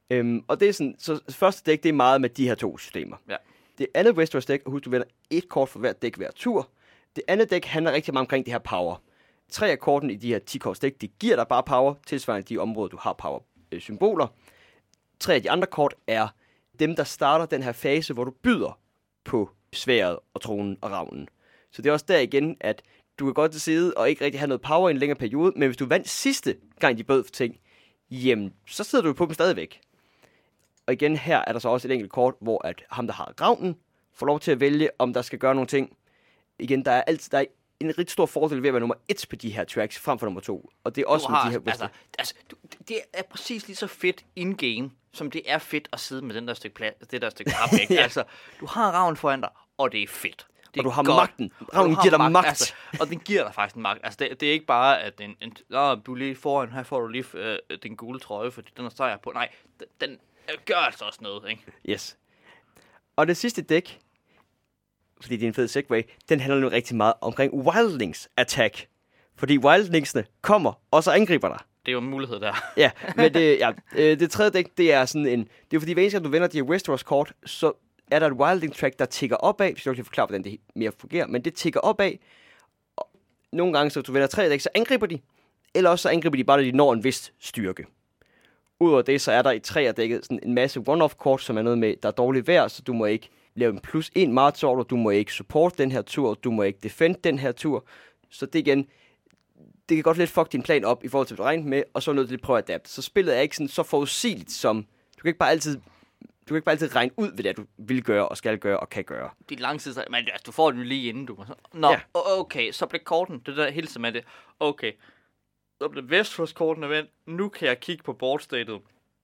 Øhm, og det er sådan, så første dæk, det er meget med de her to systemer. Ja. Det andet Westeros dæk, husk, du vender et kort for hvert dæk hver tur. Det andet dæk handler rigtig meget omkring det her power. Tre af kortene i de her ti korts dæk, de giver dig bare power, tilsvarende de områder, du har power-symboler. Tre af de andre kort er dem, der starter den her fase, hvor du byder på sværet og tronen og ravnen. Så det er også der igen, at du kan godt sidde og ikke rigtig have noget power i en længere periode, men hvis du vandt sidste gang, de bød for ting, jamen, så sidder du på dem stadigvæk. Og igen, her er der så også et enkelt kort, hvor at ham, der har ravnen, får lov til at vælge, om der skal gøre nogle ting. Igen, der er altid der er en rigtig stor fordel ved at være nummer et på de her tracks, frem for nummer to. Og det er også du har, med de her... Altså, altså, du, det er præcis lige så fedt in-game, som det er fedt at sidde med den der stykke plads, det der stykke pap, ikke? Ja. Altså, du har ravnen foran dig, og det er fedt. Det og du har godt. magten. Ravnen giver dig magt. magt. Altså, og den giver dig faktisk en magt. Altså, det, det er ikke bare, at en, en, oh, du er lige foran, her får du lige øh, den gule trøje, fordi den er sejr på. Nej, den, den øh, gør altså også noget, ikke? Yes. Og det sidste dæk, fordi det er en fed segway, den handler nu rigtig meget omkring Wildlings attack. Fordi Wildlingsene kommer, og så angriber dig. Det er jo en mulighed der. Ja, men det, ja, det tredje dæk, det er sådan en... Det er fordi, hver eneste gang du vender de her Westeros-kort, så er der et Wildling-track, der tigger opad. Vi skal jo ikke forklare, hvordan det mere fungerer, men det tigger opad. Og nogle gange, så du vender tre dæk, så angriber de. Eller også så angriber de bare, når de når en vis styrke. Udover det, så er der i tre af dækket sådan en masse one-off-kort, som er noget med, der er dårligt vejr, så du må ikke lave en plus en march order, du må ikke support den her tur, du må ikke defend den her tur. Så det igen, det kan godt lidt fuck din plan op i forhold til, hvad du regner med, og så er nødt til at prøve at adapte. Så spillet er ikke sådan så forudsigeligt som, du kan ikke bare altid, du kan ikke bare altid regne ud, hvad det er, du vil gøre, og skal gøre, og kan gøre. Det er lang tid, men altså, du får den lige inden, du må så... Nå, ja. Okay, så blev korten, det der hilser med det, okay, så blev Westeros-kortene vendt, nu kan jeg kigge på boardstatet,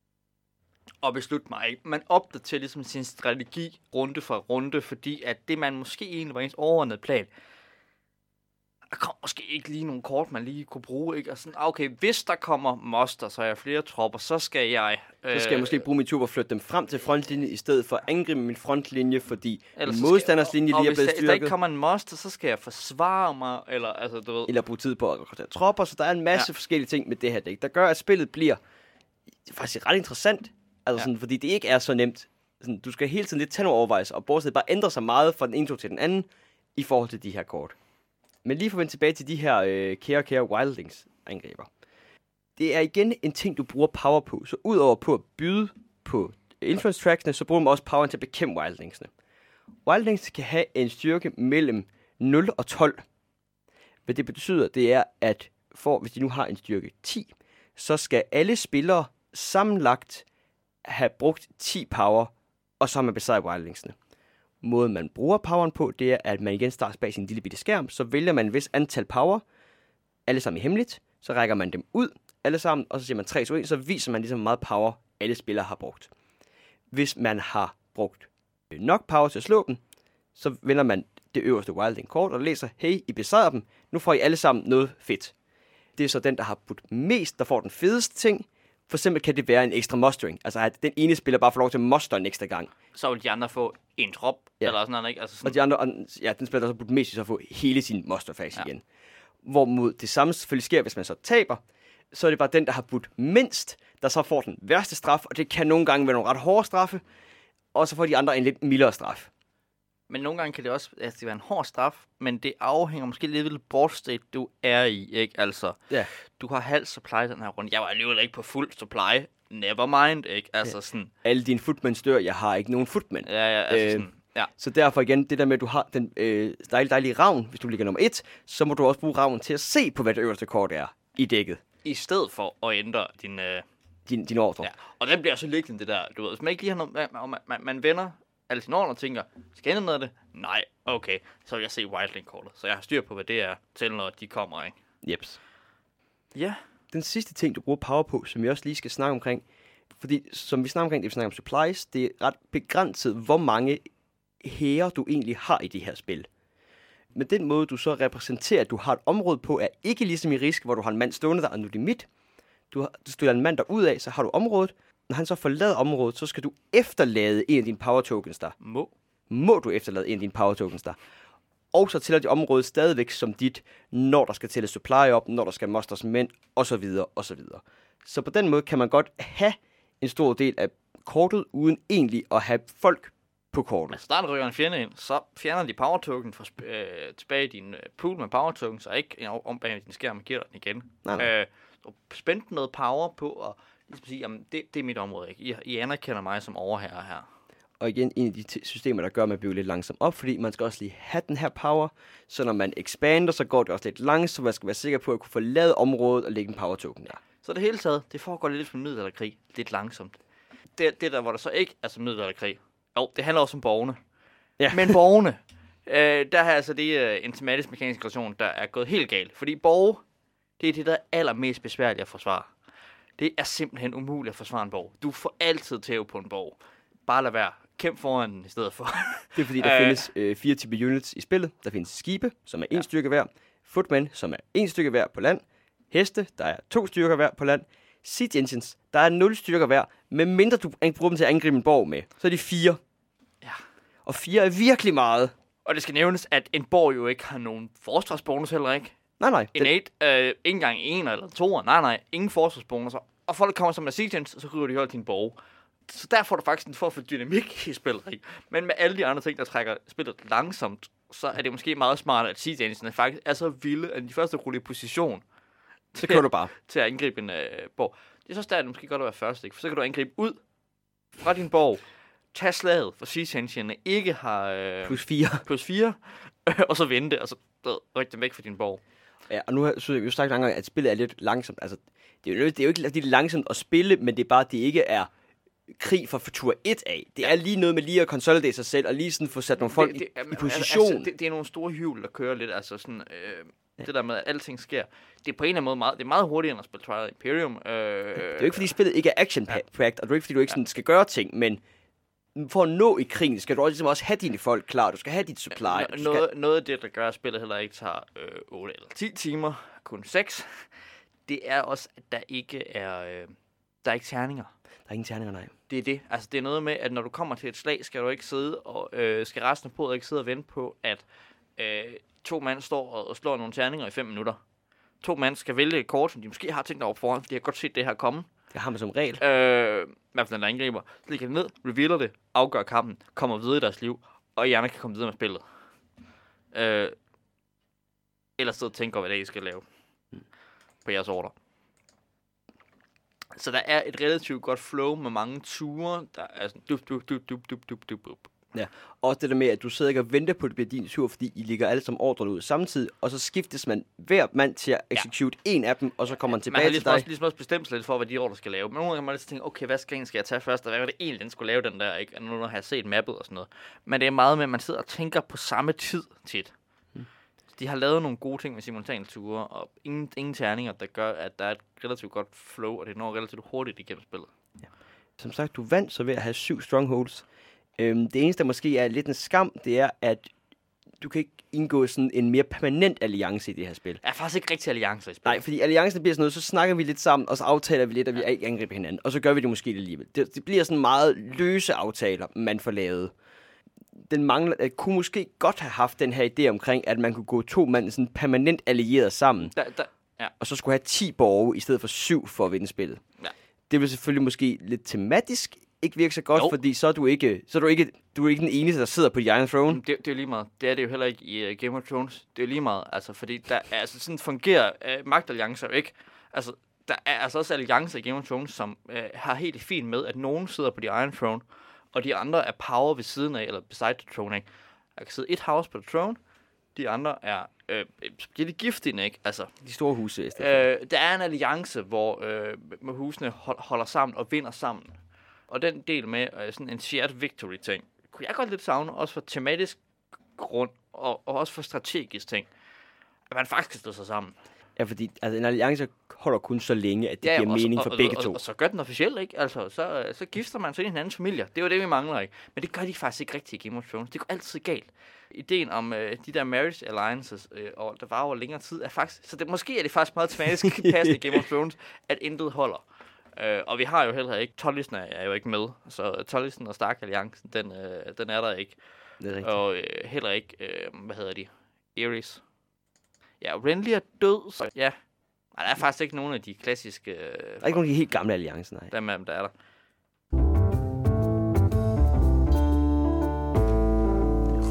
og beslutte mig. Man opdaterer ligesom sin strategi runde for runde, fordi at det, man måske egentlig var ens overordnede plan, der kommer måske ikke lige nogle kort, man lige kunne bruge, ikke? Og sådan, okay, hvis der kommer monster, så er jeg flere tropper, så skal jeg... Øh, så skal jeg måske bruge min tur og flytte dem frem til frontlinjen, i stedet for at angribe min frontlinje, fordi min modstanders linje lige er blevet styrket. Hvis der ikke kommer en monster, så skal jeg forsvare mig, eller altså, du ved... Eller bruge tid på at rekruttere tropper, så der er en masse ja. forskellige ting med det her dæk, der gør, at spillet bliver faktisk ret interessant, altså ja. sådan, fordi det ikke er så nemt. Sådan, du skal hele tiden lidt tage nogle overvejelser, og bortset bare ændre sig meget fra den ene tur til den anden, i forhold til de her kort. Men lige for at vende tilbage til de her øh, kære, kære Wildlings angriber. Det er igen en ting, du bruger power på. Så udover på at byde på influence tracksene, så bruger man også power til at bekæmpe Wildlingsene. Wildlings kan have en styrke mellem nul og tolv. Hvad det betyder, det er, at for, hvis de nu har en styrke ti, så skal alle spillere sammenlagt have brugt ti power, og så har man besejret Wildlingsene. Måden, man bruger poweren på, det er, at man igen starter bag sin lille bitte skærm, så vælger man en vis antal power, alle sammen i hemmeligt, så rækker man dem ud, alle sammen, og så siger man tre to en, så viser man ligesom, hvor meget power alle spillere har brugt. Hvis man har brugt nok power til at slå dem, så vender man det øverste Wildling-kort og læser, hey, I besejrer dem, nu får I alle sammen noget fedt. Det er så den, der har budt mest, der får den fedeste ting. For eksempel kan det være en ekstra mustering. Altså at den ene spiller bare får lov til at muster en ekstra gang. Så vil de andre få en trop, ja. Eller sådan noget, ikke? Altså sådan... Og de andre, ja, den spiller der så budt mest, så få hele sin musterfase ja. igen. Hvorimod det samme selvfølgelig sker, hvis man så taber, så er det bare den, der har budt mindst, der så får den værste straf, og det kan nogle gange være nogle ret hårde straffe, og så får de andre en lidt mildere straf. Men nogle gange kan det også altså, det være en hård straf, men det afhænger måske lidt af det board state, du er i, ikke? Altså, ja. Du har halv supply den her runde. Jeg var alligevel ikke på fuld supply. Never mind, ikke? Altså ja. Sådan... Alle dine footmen dør, jeg har ikke nogen footmen. Ja, ja, altså øh, sådan... Ja. Så derfor igen, det der med, at du har den øh, dejlige, dejlige ravn, hvis du ligger nummer et, så må du også bruge ravnen til at se på, hvad det øverste kort er i dækket. I stedet for at ændre din... Øh... Din, din ordre. Ja. Og den bliver så liggende, det der, du ved. Hvis man ikke lige har noget... Man, man, man, man vender alle sine ordre og tænker, skal jeg ændre noget af det? Nej, okay. Så vil jeg se Wildling-kortet. Så jeg har styr på, hvad det er, til når de kommer, ikke? Jeps. Ja. Den sidste ting, du bruger power på, som vi også lige skal snakke omkring, fordi som vi snakker omkring, det vi snakker om supplies, det er ret begrænset, hvor mange hære du egentlig har i de her spil. Men den måde, du så repræsenterer, at du har et område på, er ikke ligesom i Risk, hvor du har en mand stående der, og nu er det midt. Du, har, du stiller en mand derud af, så har du området. Når han så forlader området, så skal du efterlade en af dine power tokens der. Må. Må du efterlade en af dine power tokens der. Og så tæller de området stadigvæk som dit, når der skal tælles supply op, når der skal musters mænd, osv., osv. Så på den måde kan man godt have en stor del af kortet, uden egentlig at have folk på kortet. Altså, der rykker en fjende ind, så fjerner de power token fra sp- øh, tilbage i din øh, pool med power tokens, og ikke om bag din skærm og giver den igen. Nej, nej. Øh, så spænd noget power på, og ligesom sige, jamen, det, det er mit område, ikke? I, I anerkender mig som overherre her. Og igen, en af de t- systemer, der gør, at man bliver lidt langsom op, fordi man skal også lige have den her power, så når man expander, så går det også lidt langsomt, så man skal være sikker på at kunne forlade området og lægge en power token der. Så det hele taget, det foregår lidt som middelalderkrig, lidt langsomt. Det, det der, hvor der så ikke er som middelalderkrig, jo, det handler også om borgene. Ja. Men borgene, øh, der er altså det øh, en tematisk mekanisk relation, der er gået helt galt. Fordi borge, det er det, der er allermest besværligt at forsvare. Det er simpelthen umuligt at forsvare en borg. Du får altid tæv på en borg. Bare lad være. Kæmp foran den i stedet for. Det er fordi, der findes øh, fire typer units i spillet. Der findes skibe, som er en ja. styrke hver. Footmen, som er en styrke hver på land. Heste, der er to styrker hver på land. Siege engines, der er nul styrker hver. Men mindre du bruger dem til at angribe en borg med, så er de fire. Ja. Og fire er virkelig meget. Og det skal nævnes, at en borg jo ikke har nogen forsvarsbonus heller ikke. Nej, nej. En eight, øh, ikke engang en eller to. Nej, nej. Ingen forsvarsbonuser. Og folk kommer som med siege engines, og så ryger de holdt din borg. Så der får du faktisk en form for dynamik i spillet, ikke? Men med alle de andre ting, der trækker spillet langsomt, så er det måske meget smart, at siege engines'erne faktisk er så vilde, at de første ruller i position. Så kører du bare. Til at angribe en øh, borg. Det er så der, det måske godt at være først, ikke? For så kan du angribe ud fra din borg, tage slaget, for siege engines'erne ikke har... Øh, plus fire. Plus fire, og så vente, og så øh, rykke dem væk fra din borg. Ja, og nu har så jeg jo sagt mange gange, at spillet er lidt langsomt. Altså, det er jo, det er jo ikke det er langsomt at spille, men det er bare, at det ikke er krig fra tur et af. Det er lige noget med lige at konsolidere sig selv, og lige sådan få sat nogle folk det, det, i, i position. Altså, det, det er nogle store hjul, der kører lidt, altså sådan, øh, ja. Det der med, at alting sker. Det er på en eller anden måde meget, det er meget hurtigere, end at spille Twilight Imperium. Øh, det er jo ikke, fordi spillet ikke er action-packed, ja. Og det er jo ikke, fordi du ikke sådan skal gøre ting, men for at nå i krigen, skal du også, ligesom også have dine folk klar. Du skal have dit supply. Ja, noget, skal... noget af det, der gør, at spillet heller ikke tager øh, otte eller ti timer, kun seks, det er også, at der ikke er, øh, der er ikke terninger. Der er ingen terninger, nej. Det er det. Altså, det er noget med, at når du kommer til et slag, skal du ikke sidde og øh, skal resten af bordet ikke sidde og vente på, at øh, to mand står og, og slår nogle terninger i fem minutter. To mand skal vælge et kort, som de måske har tænkt over foran, fordi de har godt set det her komme. Det har man som regel. Øh, I hvert fald, den der angriber. Så ligger det ned, revealer det, afgør kampen, kommer videre i deres liv, og I andre kan komme videre med spillet. Øh, ellers sidde og tænke over, hvad det er, I skal lave mm. på jeres ordre. Så der er et relativt godt flow med mange ture, der er sådan dup, dup, dup, dup, dup, dup, dup, dup. Ja, også det der med, at du sidder ikke og venter på, at det bliver din tur, fordi I ligger alle som ordre ud samtidig, og så skiftes man hver mand til at execute ja. en af dem, og så kommer man tilbage man til dig. Man har ligesom også, ligesom også bestemt sig lidt for, hvad de ordre skal lave. Men nogle gange kan man lidt tænke, okay, hvad skal, skal jeg tage først, og hvad var det egentlig, den skulle lave den der, ikke? Og nu har jeg set mappet og sådan noget. Men det er meget med, at man sidder og tænker på samme tid tit. Hmm. De har lavet nogle gode ting med simultane ture, og ingen, ingen terninger, der gør, at der er et relativt godt flow, og det når relativt hurtigt igennem spillet. Ja. Som sagt, du vandt så ved at have syv strongholds. Øhm, det eneste, der måske er lidt en skam, det er, at du kan ikke indgå sådan en mere permanent alliance i det her spil. Der er faktisk ikke rigtig alliancer i spil. Nej, fordi alliancen bliver sådan noget, så snakker vi lidt sammen, og så aftaler vi lidt, at vi ja. ikke angriber hinanden. Og så gør vi det måske alligevel. Det, det bliver sådan meget løse aftaler, man får lavet. Den mangler, at kunne måske godt have haft den her idé omkring, at man kunne gå to mand sådan permanent allieret sammen. Der, der, ja. Og så skulle have ti borge i stedet for syv for at vinde spillet. Ja. Det vil selvfølgelig måske lidt tematisk ikke virke så godt, jo. Fordi så er du ikke så er du ikke du er ikke den eneste, der sidder på The Iron Throne. Det, det er jo lige meget. Det er det jo heller ikke i uh, Game of Thrones. Det er jo lige meget, altså fordi der altså sådan fungerer uh, magtalliancer jo ikke. Altså der er altså også alliancer i Game of Thrones, som uh, har helt fint med, at nogen sidder på The Iron Throne, og de andre er power ved siden af, eller beside the throne, ikke? Der kan sidde et house på the throne, de andre er øh, bliver de giftige, ikke? Altså de store huse. Øh, der er en alliance, hvor øh, med husene holder sammen og vinder sammen. Og den del med øh, sådan en shared victory ting, kunne jeg godt lidt savne, også for tematisk grund, og, og også for strategisk ting, at man faktisk kan stå sig sammen. Ja, fordi altså, en alliance holder kun så længe, at det ja, giver mening og, for og, begge og, to. Og, og så gør den officielt, ikke? Altså, så, så gifter man sig i hinandens familie. Det er jo det, vi mangler, ikke? Men det gør de faktisk ikke rigtigt i Game of Thrones. Det går altid galt. Ideen om øh, de der marriage alliances, øh, og der var over længere tid, er faktisk... Så det, måske er det faktisk meget tematisk passende i Game of Thrones, at intet holder. Uh, og vi har jo heller ikke, Tollisen er, er jo ikke med, så Tollisen og Stark-alliancen, den, uh, den er der ikke. Det er rigtigt. Og uh, heller ikke, uh, hvad hedder de, Aerys. Ja, Renly er død, så ja. Nej, der er faktisk ikke nogen af de klassiske... Uh, der er ikke nogen af de helt gamle alliancer, nej. Dem af dem, der er der.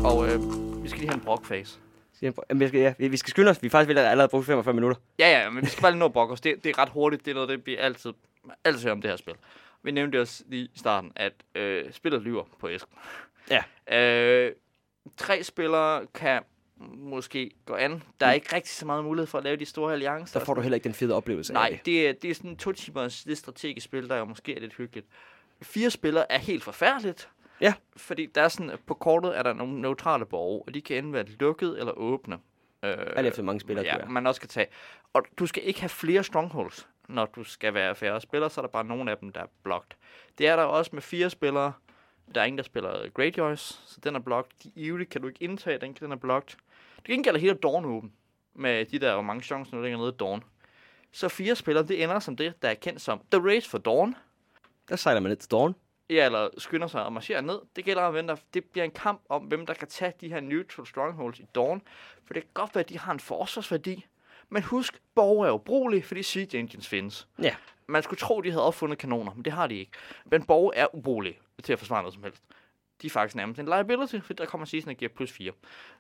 Og øh, vi skal lige have en brokfase. Jamen, skal, ja, vi skal skynde os. Vi er faktisk ved at allerede brugt femogfyrre minutter. Ja, ja, men vi skal bare lige nå at brokke os. Det, det er ret hurtigt. Det er noget, det vi altid, altid hører om det her spil. Vi nævnte også lige i starten, at øh, spillet lyver på æsken. Ja. Øh, tre spillere kan måske gå an. Der er ikke rigtig så meget mulighed for at lave de store alliancer. Der får du heller ikke den fede oplevelse Nej, af det. det er, det er sådan to timers lidt strategisk spil, der jo måske er lidt hyggeligt. Fire spillere er helt forfærdeligt. Ja. Fordi der er sådan, på kortet er der nogle neutrale borge, og de kan enten være lukket eller åbne. Øh, Alt efter mange spillere, ja, du er. man også kan tage. Og du skal ikke have flere strongholds, når du skal være færre spillere, så er der bare nogle af dem, der er blocked. Det er der også med fire spillere. Der er ingen, der spiller Greyjoys, så den er blocked. De Eerie kan du ikke indtage, den, den er blocked. Det kan ikke gælde hele Dawn åben, med de der, hvor mange chancer der ligger nede i Dawn. Så fire spillere, det ender som det, der er kendt som The Race for Dawn. Der sejler man ned til Dawn. Ja, eller skynder sig og marcherer ned. Det gælder om, der, det bliver en kamp om, hvem der kan tage de her neutral strongholds i Dawn. For det kan godt være, at de har en forsvarsværdi. Men husk, borge er ubrugelige, fordi siege engines findes. Ja. Man skulle tro, de havde opfundet kanoner, men det har de ikke. Men borge er ubrugelige til at forsvare noget som helst. De er faktisk nærmest en liability, for der kommer season og giver plus fire.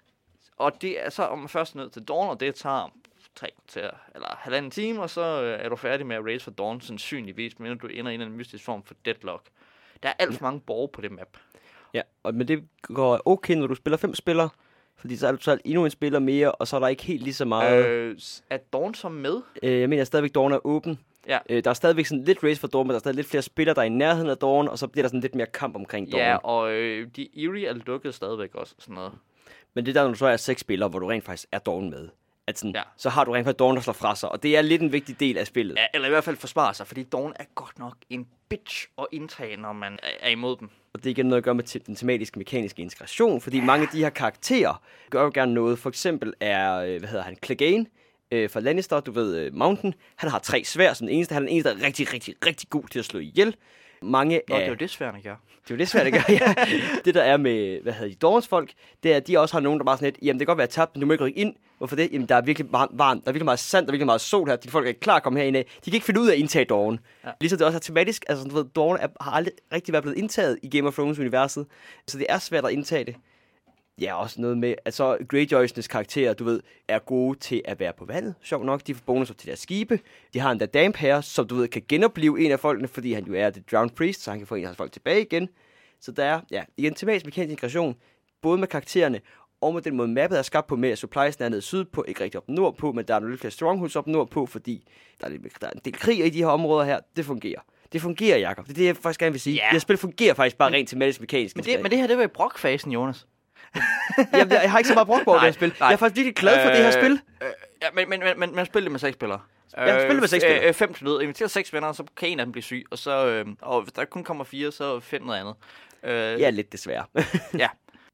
Og det er så om man først ned til Dawn, og det tager tre kvarter eller halvanden time, og så er du færdig med at race for Dawn, sandsynligvis, men du ender i en mystisk form for deadlock. Der er alt for mange borge på det map. Ja, og, men det går okay, når du spiller fem spillere, fordi så er du så endnu en spiller mere, og så er der ikke helt lige så meget... Øh, er Dawn så med? Øh, jeg mener stadigvæk, Dawn er åben. Ja. Øh, der er stadigvæk sådan lidt race for Dawn, men der er stadig lidt flere spillere, der er i nærheden af Dawn, og så bliver der sådan lidt mere kamp omkring Dawn. Ja, og øh, de Eerie er lukket stadigvæk også, sådan noget. Men det der, når du så er seks spillere, hvor du rent faktisk er Dawn med, at sådan, ja. så har du rent faktisk Dawn, der slår fra sig, og det er lidt en vigtig del af spillet. Ja, eller i hvert fald forsvare sig, fordi Dawn er godt nok en bitch at indtage, når man er imod dem. Og det er igen noget at gøre med te- den tematiske, mekaniske integration, fordi ja. mange af de her karakterer gør jo gerne noget. For eksempel er, øh, hvad hedder han, Clegane øh, fra Lannister, du ved, øh, Mountain. Han har tre sværd, som den eneste. Han er den eneste, der er rigtig, rigtig, rigtig god til at slå ihjel. Mange Nå, af... det er jo det svært, at gøre. Det er jo det svært, at gøre, ja. Det der er med, hvad hedder de, Dawns folk, det er, at de også har nogen, der bare sådan lidt, jamen det kan godt være tabt, men du må ikke rykke ind. Hvorfor det? Jamen der er virkelig varmt, der er virkelig meget sand, der er virkelig meget sol her. De folk er ikke klar at komme herind af. De kan ikke finde ud af at indtage Dawn. Ja. Ligesom det også er tematisk, altså du ved, Dawn er, har aldrig rigtig været blevet indtaget i Game of Thrones-universet, så det er svært at indtage det. Ja, også noget med, at så Greyjoys' karakterer, du ved, er gode til at være på vandet. Sjovt nok, de får bonusser til deres skibe. De har en der damp her, som du ved, kan genopleve en af folkene, fordi han jo er The Drowned Priest, så han kan få en af hans folk tilbage igen. Så der er, ja, igen tematisk mekanisk integration, både med karaktererne, og med den måde mappet er skabt på, med at suppliesen er nede sydpå, ikke rigtig op nordpå, men der er nogle lidt flere strongholds op nordpå, fordi der er, lidt, der er en del krig i de her områder her. Det fungerer. Det fungerer, Jacob. Det er det, jeg faktisk gerne vil sige. Yeah. Det her spil fungerer faktisk bare rent tematisk mekanisk. Men det, men det her, det var i brokfasen, Jonas. Jamen, jeg har ikke så meget brugt på det her spil. Nej. Jeg er faktisk virkelig glad for øh, det her spil. Øh, ja, men, men, men, men man spiller det med seks spillere. Ja, øh, spiller med seks spillere. Øh, fem til nød. Inviterer seks venner, så kan en af dem blive syg. Og, så, øh, og hvis der kun kommer fire, så find noget andet. Øh, ja, lidt desværre. Ja.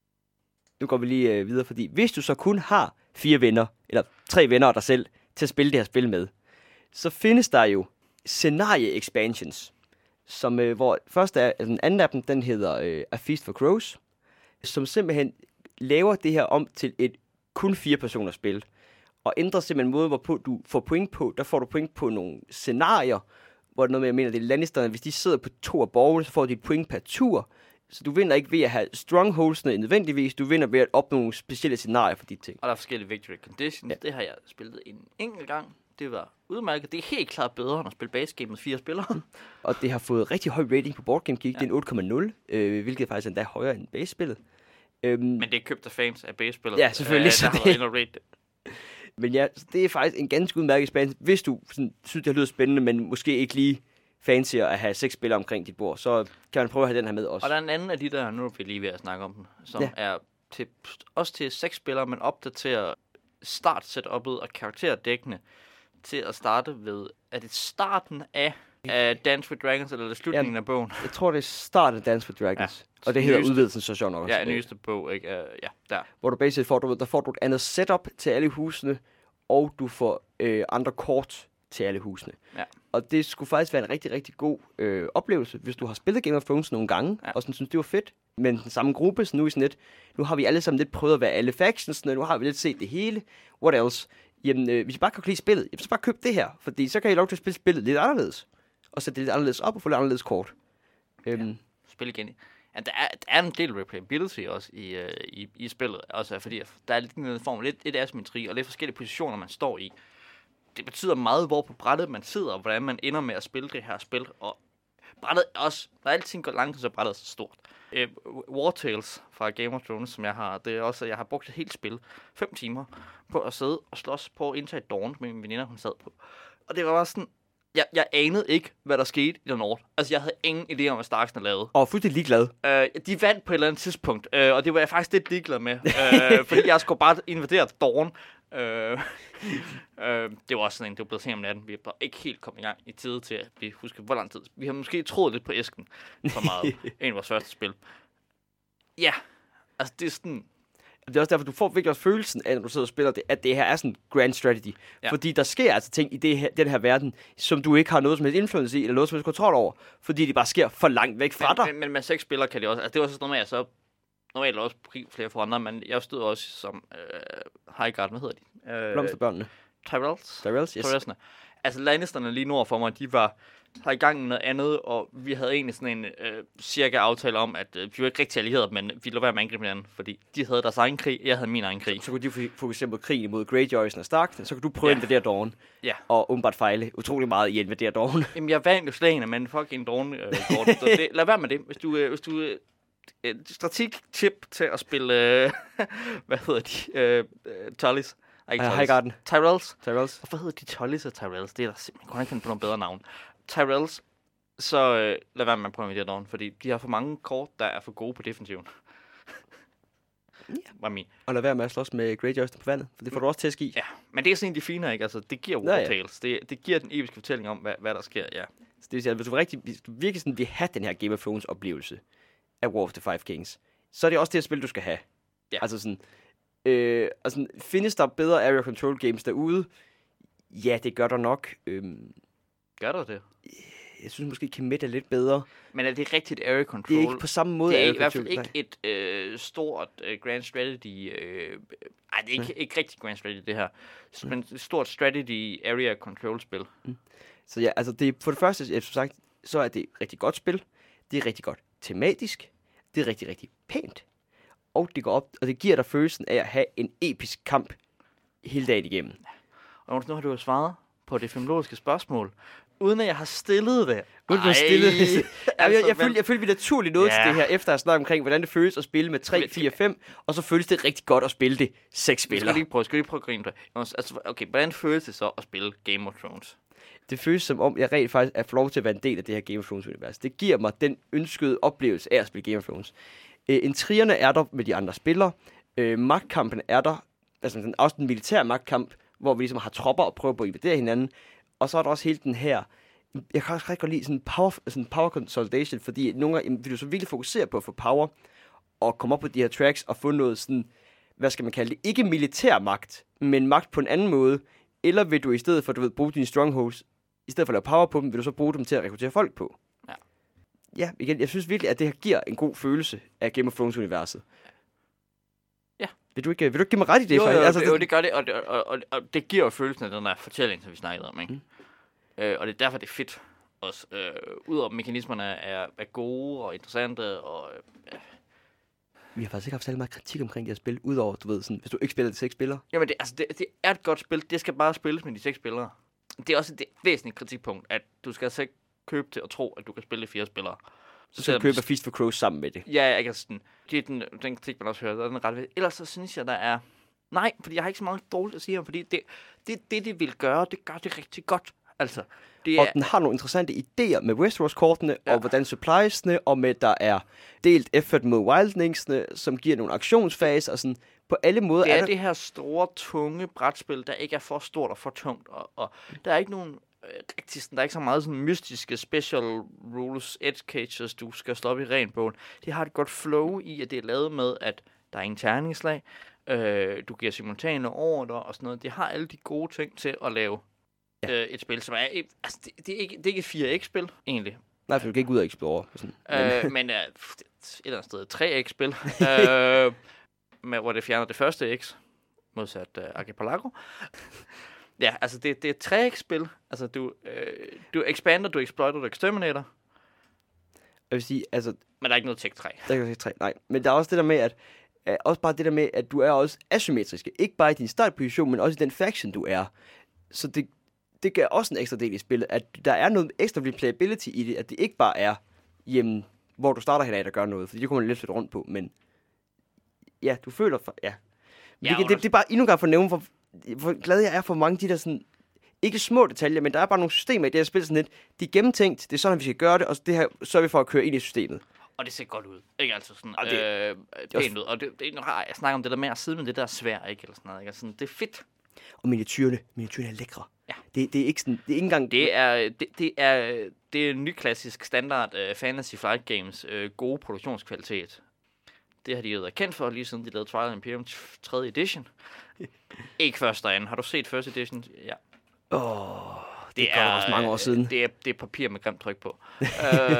Nu går vi lige øh, videre, fordi hvis du så kun har fire venner, eller tre venner af dig selv, til at spille det her spil med, så findes der jo scenarie-expansions, som, øh, hvor først er, altså den anden af dem, den hedder øh, A Feast for Crows, som simpelthen laver det her om til et kun fire personers spil, og ændrer simpelthen måden, hvorpå du får point på. Der får du point på nogle scenarier, hvor det er noget med, jeg mener, det er Lannisterne, hvis de sidder på to af borgerne, så får de et point per tur. Så du vinder ikke ved at have strongholdsene nødvendigvis, du vinder ved at opnå nogle specielle scenarier for de ting. Og der er forskellige victory conditions. Ja. Det har jeg spillet en enkelt gang. Det var udmærket. Det er helt klart bedre end at spille basegame med fire spillere. Og det har fået rigtig høj rating på Board Game Geek. Ja. Det er en otte komma nul, øh, hvilket faktisk er endda højere end basespillet. Øhm, Men det er købt af fans af basespillet. Ja, selvfølgelig. Øh, der har været det. Men ja, det er faktisk en ganske udmærket spil. Hvis du sådan, synes, det lyder spændende, men måske ikke lige fancy at have seks spillere omkring dit bord, så kan man prøve at have den her med også. Og der er en anden af de der, nu er vi lige ved at snakke om den, som ja. er til, også til seks spillere, men opdaterer start-setup'et og karakterdækkene til at starte ved, er det starten af, af Dance with Dragons, eller er det slutningen ja, af bogen? Jeg tror, det er starten af Dance with Dragons. Ja. Og det hedder nyeste, udvidelsen så sjovt nok også. Ja, den nyeste bog, ikke? Uh, ja, der. Hvor du basically får, du, der får du et andet setup til alle husene, og du får øh, andre kort til alle husene. Ja. Og det skulle faktisk være en rigtig, rigtig god øh, oplevelse, hvis du har spillet Game of Thrones nogle gange, ja. og sådan synes, det var fedt. Men den samme gruppe, så nu er sådan lidt, nu har vi alle sammen lidt prøvet at være alle factions, nu har vi lidt set det hele. What else? Jamen, øh, hvis I bare kan lide spillet, så bare køb det her, fordi så kan I lov til at spille spillet lidt anderledes. Og sætte det lidt anderledes op og få lidt anderledes kort. Øhm. Ja. Spil igen. at der, er, der er en del replayability også i, uh, i, i spillet, også fordi der er lidt en form, lidt, lidt asymmetri, og lidt forskellige positioner, man står i. Det betyder meget, hvor på brættet man sidder, og hvordan man ender med at spille det her spil, og brættet også, når alting går langt, så er brættet så stort. Uh, War Tales fra Game of Thrones, som jeg har, det er også, at jeg har brugt et helt spil, fem timer, på at sidde og slås på at indtage Dawn, med min veninder, hun sad på. Og det var bare sådan, jeg, jeg anede ikke, hvad der skete i den Nord. Altså, jeg havde ingen idé om, hvad Starksene lavede. Og fuldstændig ligeglad. Uh, de vandt på et eller andet tidspunkt, uh, og det var jeg faktisk lidt ligeglad med, uh, fordi jeg skulle bare invadere Dawn. Uh, uh, det var også sådan en, det var blevet sent om natten. Vi var ikke helt kommet i gang i tide til, at vi husker, hvor lang tid. Vi har måske troet lidt på æsken for meget. En af vores første spil. Ja, altså det er sådan... Det er også derfor, du får virkelig også følelsen af, når du sidder og spiller det, at det her er sådan grand strategy. Ja. Fordi der sker altså ting i det her, den her verden, som du ikke har noget som helst influence i, eller noget som helst kontrol over. Fordi det bare sker for langt væk fra men, dig. Men, men med seks spillere kan det også... Altså det var sådan noget med, at så... Normalt også flere for andre, men jeg stod også som... Øh, Highgarden, hvad hedder de? Øh, Blomsterbørnene. Tyrells? Tyrells, yes. Tyrells'ne. Altså Lannisterne lige nord for mig, de var... har i gang med noget andet, og vi havde egentlig sådan en øh, cirka aftale om, at øh, vi var ikke rigtig allierede, men vi lå være med at angribe hinanden, fordi de havde deres egen krig, jeg havde min egen krig. Så, så kunne de fokusere på krigen mod Greyjoys'en og Stark'en, så kunne du prøve ja. at invadere Dawn, ja. og umiddelbart fejle utrolig meget i at invadere Dawn. Jamen, jeg vandt jo slagene, men fucking Dawn øh, kort. det, lad være med det, hvis du... Øh, hvis du øh, et strategisk tip til at spille, øh, hvad hedder de, øh, øh, Tullys. Uh, Highgarden. Tyrells. Tyrells. Hvorfor hedder de Tullys og Tyrells? Det er der simpelthen, kunne ikke finde på nogle bedre navn. Tyrells, så øh, lad være med at prøve med det der, fordi de har for mange kort, der er for gode på defensiven. Ja. Var min. Og lad være med at slås med Greyjoys på vandet, for det får du også tæsk i. Ja, men det er sådan en, de fine, ikke? Altså, det giver War ja, ja. Tales. Det, det giver den episke fortælling om, hvad, hvad der sker, ja. Så det vil sige, at hvis du, rigtig, hvis du virkelig sådan vil have den her Game of Thrones oplevelse af War of the Five Kings, så er det også det her spil, du skal have. Ja. Altså sådan, øh, altså, findes der bedre area control games derude? Ja, det gør der nok. Øhm, gør der det? Jeg synes måske, Kemet er lidt bedre. Men er det rigtigt area control? Det er ikke på samme måde. Det er i hvert fald ikke et øh, stort øh, grand strategy. Øh, ej, det er ikke, ikke rigtig grand strategy, det her. Men et stort strategy area control spil. Mm. Så ja, altså det, for det første, som sagt, så er det et rigtig godt spil. Det er rigtig godt tematisk. Det er rigtig, rigtig pænt. Og det går op, og det giver dig følelsen af at have en episk kamp hele dagen igennem. Og nu har du jo svaret på det filmologiske spørgsmål, uden at jeg har stillet det. Uden at du har stillet det. altså, jeg, jeg, jeg, følte, jeg følte, vi naturligt nåede yeah. til det her, efter at have snakket omkring, hvordan det føles at spille med tre, fire, fem, og så føles det rigtig godt at spille det seks spillere. Skal du lige prøve, skal du lige prøve at grine på det? Altså, okay, hvordan føles det så at spille Game of Thrones? Det føles som om, jeg rent faktisk er få lov til at være en del af det her Game of Thrones-univers. Det giver mig den ønskede oplevelse af at spille Game of Thrones. Øh, intrigerne er der med de andre spillere. Øh, magtkampen er der. Altså den, også den militære magtkamp, hvor vi ligesom har tropper og prøver på at invadere hinanden. Og så er der også hele den her... Jeg kan også rigtig godt lide sådan power, sådan power consolidation, fordi nogle gange vil du så virkelig fokusere på at få power, og komme op på de her tracks og få noget sådan... Hvad skal man kalde det? Ikke militær magt, men magt på en anden måde. Eller vil du i stedet for, du ved, bruge dine strongholds, i stedet for at lave power på dem, vil du så bruge dem til at rekruttere folk på? Ja. Ja, igen, jeg synes virkelig, at det her giver en god følelse af Game of Thrones-universet. Ja. Vil du ikke, vil du ikke give mig ret i det? Jo, jo, altså, jo, det gør det, og det, og, og, og det giver jo følelsen af den der fortælling, som vi snakkede om, ikke? Mm. Øh, og det er derfor, det er fedt også. Øh, Udover mekanismerne er, er gode og interessante, og... Øh, Vi har faktisk ikke haft særlig meget kritik omkring det her spil, udover, du ved, sådan, hvis du ikke spiller de seks spillere. Jamen, det, altså, det, det er et godt spil. Det skal bare spilles med de seks spillere. Det er også et væsentligt kritikpunkt, at du skal altså ikke købe til at tro, at du kan spille fire spillere. Så skal du købe Feast for Crows sammen med det. Ja, jeg kan sådan... Det er den, den kritik, man også hører. Der er den ret ved. Ellers så synes jeg, der er... Nej, fordi jeg har ikke så meget dårligt at sige om, fordi det, det, det, det vil gøre, det gør det rigtig godt. Altså, det er... Og den har nogle interessante idéer med Westeros-kortene, ja. Og hvordan suppliesne, og med der er delt effort mod wildlingsene, som giver nogle aktionsfaser, og sådan på alle måder. Det er, er der... det her store, tunge brætspil, der ikke er for stort og for tungt, og, og der er ikke nogen øh, rigtig, der er ikke så meget sådan mystiske special rules, edge cages, du skal slå op i ren bogen. Det har et godt flow i, at det er lavet med, at der er en terningslag, øh, du giver simultane ordre og sådan noget. Det har alle de gode ting til at lave ja. øh, et spil, som er... Altså, det, det, er ikke, det er ikke et fire X-spil, egentlig. Nej, for du kan ikke ud og explore. Sådan. Øh, men uh, et eller andet sted tre X-spil, øh, med, hvor det fjerner det første X, modsat uh, Archipelago. Ja, altså det, det er tre X-spil. Altså du, øh, du expander, du exploiter, du exterminator. Jeg vil sige, altså... Men der er ikke noget tech tre. Der er ikke noget tech tre, nej. Men der er også det der med, at... Uh, også bare det der med, at du er også asymmetrisk. Ikke bare i din startposition, men også i den faction, du er. Så det, det gør også en ekstra del i spillet, at der er noget ekstra replayability i det, at det ikke bare er, jamen, hvor du starter hen af, der gør noget, fordi det kunne man lidt flytte rundt på, men ja, du føler for, ja. Men Ja, det, det, det, er bare endnu en gang for at nævne, hvor, hvor glad jeg er for mange af de der sådan, ikke små detaljer, men der er bare nogle systemer i det her spil, sådan lidt, de er gennemtænkt, det er sådan, at vi skal gøre det, og det her sørger vi for at køre ind i systemet. Og det ser godt ud. Ikke altså sådan, Og det- øh, det pænt også- ud. Og det, det, nu har jeg snakket om det der med at sidde med det der svær, ikke? Eller sådan noget, ikke? Altså, sådan, det er fedt. Og miniatyrerne, miniatyrerne er lækre. Ja. Det, det er ikke sådan, det er ikke engang... Det er, det, det er, det er en ny klassisk standard uh, Fantasy Flight Games uh, gode produktionskvalitet. Det har de jo været kendt for, lige siden de lavede Twilight Imperium tredje edition. Ikke første og anden. Har du set første edition? Ja. Åh, det er også mange år siden. Det er, det er papir med grimt tryk på. uh,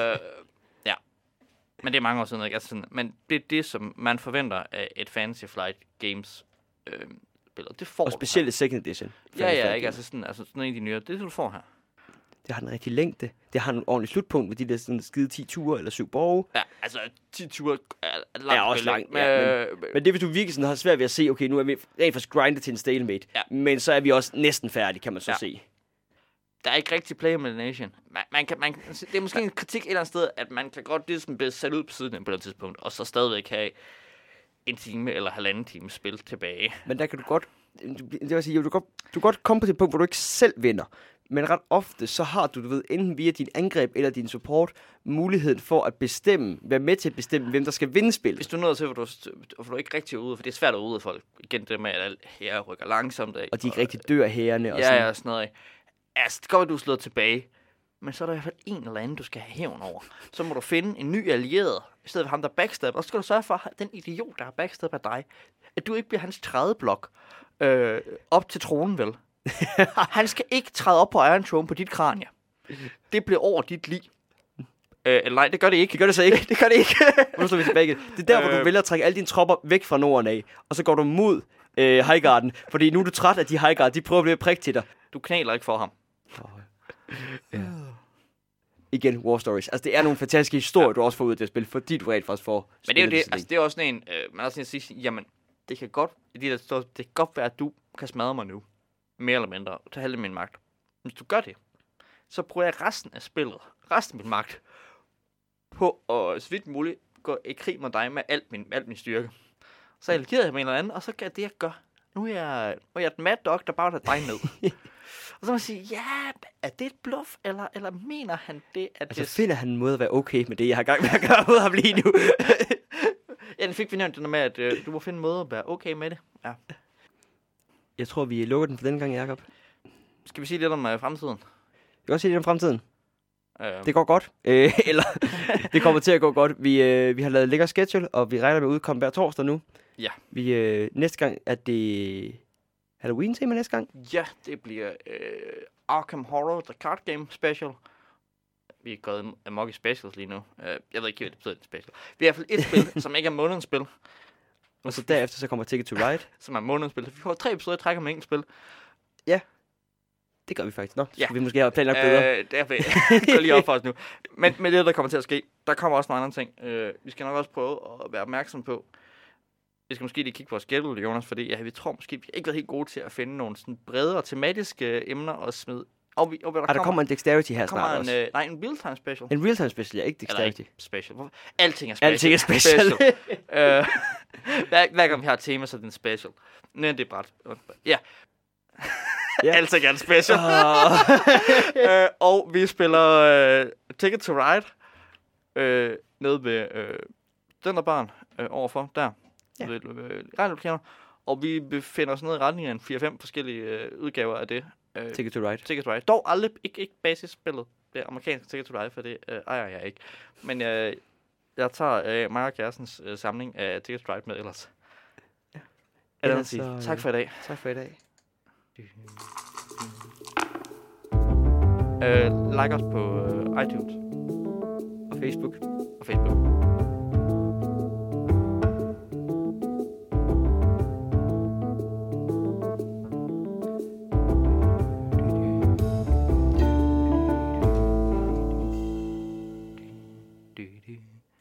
ja. Men det er mange år siden, ikke? Altså sådan, men det er det, som man forventer af et Fantasy Flight Games øh, billede. Det får Og du specielt second edition. her. Ja, ja, ikke? Altså sådan, altså sådan en af de nye. Det er det, du får her. Det har den rigtige længde. Det har en ordentlig slutpunkt med de der sådan skide ti ture eller syv borge. Ja, altså ti ture er er langt Ja, også spil, langt, ikke? ja, Men, Men det er, hvis du virkelig sådan har svært ved at se, okay, nu er vi rent faktisk grindet til en stalemate. Ja. Men så er vi også næsten færdige, kan man så Ja. se. der er ikke rigtig play imagination. Man, man kan, man, det er måske en kritik et eller andet sted, at man kan godt ligesom blive sat ud på siden på det tidspunkt, og så stadigvæk have en time eller halvanden time spil tilbage. Men der kan du godt, det vil sige, du kan godt, du kan godt komme på det punkt, hvor du ikke selv vinder. Men ret ofte, så har du, du ved, enten via din angreb eller din support, muligheden for at bestemme, være med til at bestemme, hvem der skal vinde spillet. Hvis du er nødt til, hvor du, hvor du ikke rigtig er ude, for det er svært at ude af folk. Igen det med, at her rykker langsomt af. Og de ikke rigtig dør af hærene. Og Ja, sådan. ja, sådan noget. Altså, det går, at du er slået tilbage. Men så er der i hvert fald en eller anden, du skal have hævn over. Så må du finde en ny allieret, i stedet for ham, der backstab. Og så skal du sørge for, at den idiot, der har backstab af dig, at du ikke bliver hans træde blok øh, op til tronen, vel? Han skal ikke træde op på Iron Throne på dit kranie. Det bliver over dit liv. Øh, eller nej, det gør det ikke. Det gør det så ikke. Det gør det ikke. Nu slår vi tilbage igen. Det er der, hvor du Øh. vælger at trække alle dine tropper væk fra Norden af, og så går du mod øh, Highgarden, fordi nu er du træt af de Highgarden, de prøver at blive prikke til dig. Du knæler ikke for ham. Ja. Igen, War Stories. Altså, det er nogle fantastiske historier, ja. du også får ud af det spil, fordi du rent faktisk får... Men det er jo det, spillet altså det er også sådan en, øh, man har sådan en at sige, jamen, det kan godt, i de der står, det kan godt være, at du kan smadre mig nu, mere eller mindre, til halve min magt. Hvis du gør det, så bruger jeg resten af spillet, resten af min magt, på at så vidt muligt gå i krig med dig med alt min, alt min styrke. Så jeg giver jeg med en eller anden, og så gør jeg det, jeg gør. Nu er jeg, nu er jeg et mad dog, der bare tager dig ned. Og så må man sige, ja, er det et bluff, eller, eller mener han det, at Altså, det... finder han en måde at være okay med det, jeg har gang med at gøre ud af ham lige nu? Ja, den fik vi nævnt, den der med, at øh, du må finde en måde at være okay med det. Ja. Jeg tror, vi lukker den for denne gang, Jacob. Skal vi sige lidt om øh, fremtiden? Jeg kan også sige lidt om fremtiden. Øh, Det går godt. Øh, eller, det kommer til at gå godt. Vi, øh, vi har lavet en lækker schedule, og vi regner med at udkomme hver torsdag nu. Ja. Vi, øh, næste gang er det Halloween-tema næste gang. Ja, det bliver øh, Arkham Horror, The Card Game Special. Vi er gået amok i specials lige nu. Uh, jeg ved ikke, hvad det betyder, det special. Vi har i hvert fald et spil, som ikke er månedens spil, Og så derefter så kommer Ticket to Ride. som er månedens spil. Vi får tre episoder, jeg trækker med enkelt spil. Det gør vi faktisk. Nå, så Ja. skulle vi måske have planlagt bedre. Øh, det går lige op for os nu. Men, men det, der kommer til at ske, der kommer også nogle andre ting. Uh, vi skal nok også prøve at være opmærksom på. Vi skal måske lige kigge på vores schedule, Jonas, fordi ja, vi tror måske, vi har ikke været helt gode til at finde nogle sådan bredere tematiske emner og smide. Og, vi, og der, Ah, der kommer en Dexterity her der kommer snart en, også. øh, nej, en real-time special. En real-time special, ja, ikke Eller Dexterity. ikke special. Hvorfor? Alting er special. Alting er special. øh, hver, hver gang vi har et tema, så er det en special. Nej, det er bare... Ja. Ja. Alting er en special. Ah. øh, og vi spiller øh, Ticket to Ride øh, nede ved øh, den der barn øh, overfor, der. Ja. Ved øh, radiopiano. Og vi befinder os nede i retning af en fire fem forskellige øh, udgaver af det. Øh, Ticket to Ride. Ticket to Ride. Dog aldrig, ikke, ikke basisspillet. Det amerikanske Ticket to Ride, for det øh, ejer jeg ikke. Men øh, jeg tager øh, mig og kærestens øh, samling af Ticket to Ride med ellers. Ja. Er det Ellers noget at sige? så, Tak for i dag. Tak for i dag. Øh, like os på øh, iTunes Og Facebook. og Facebook. du, du.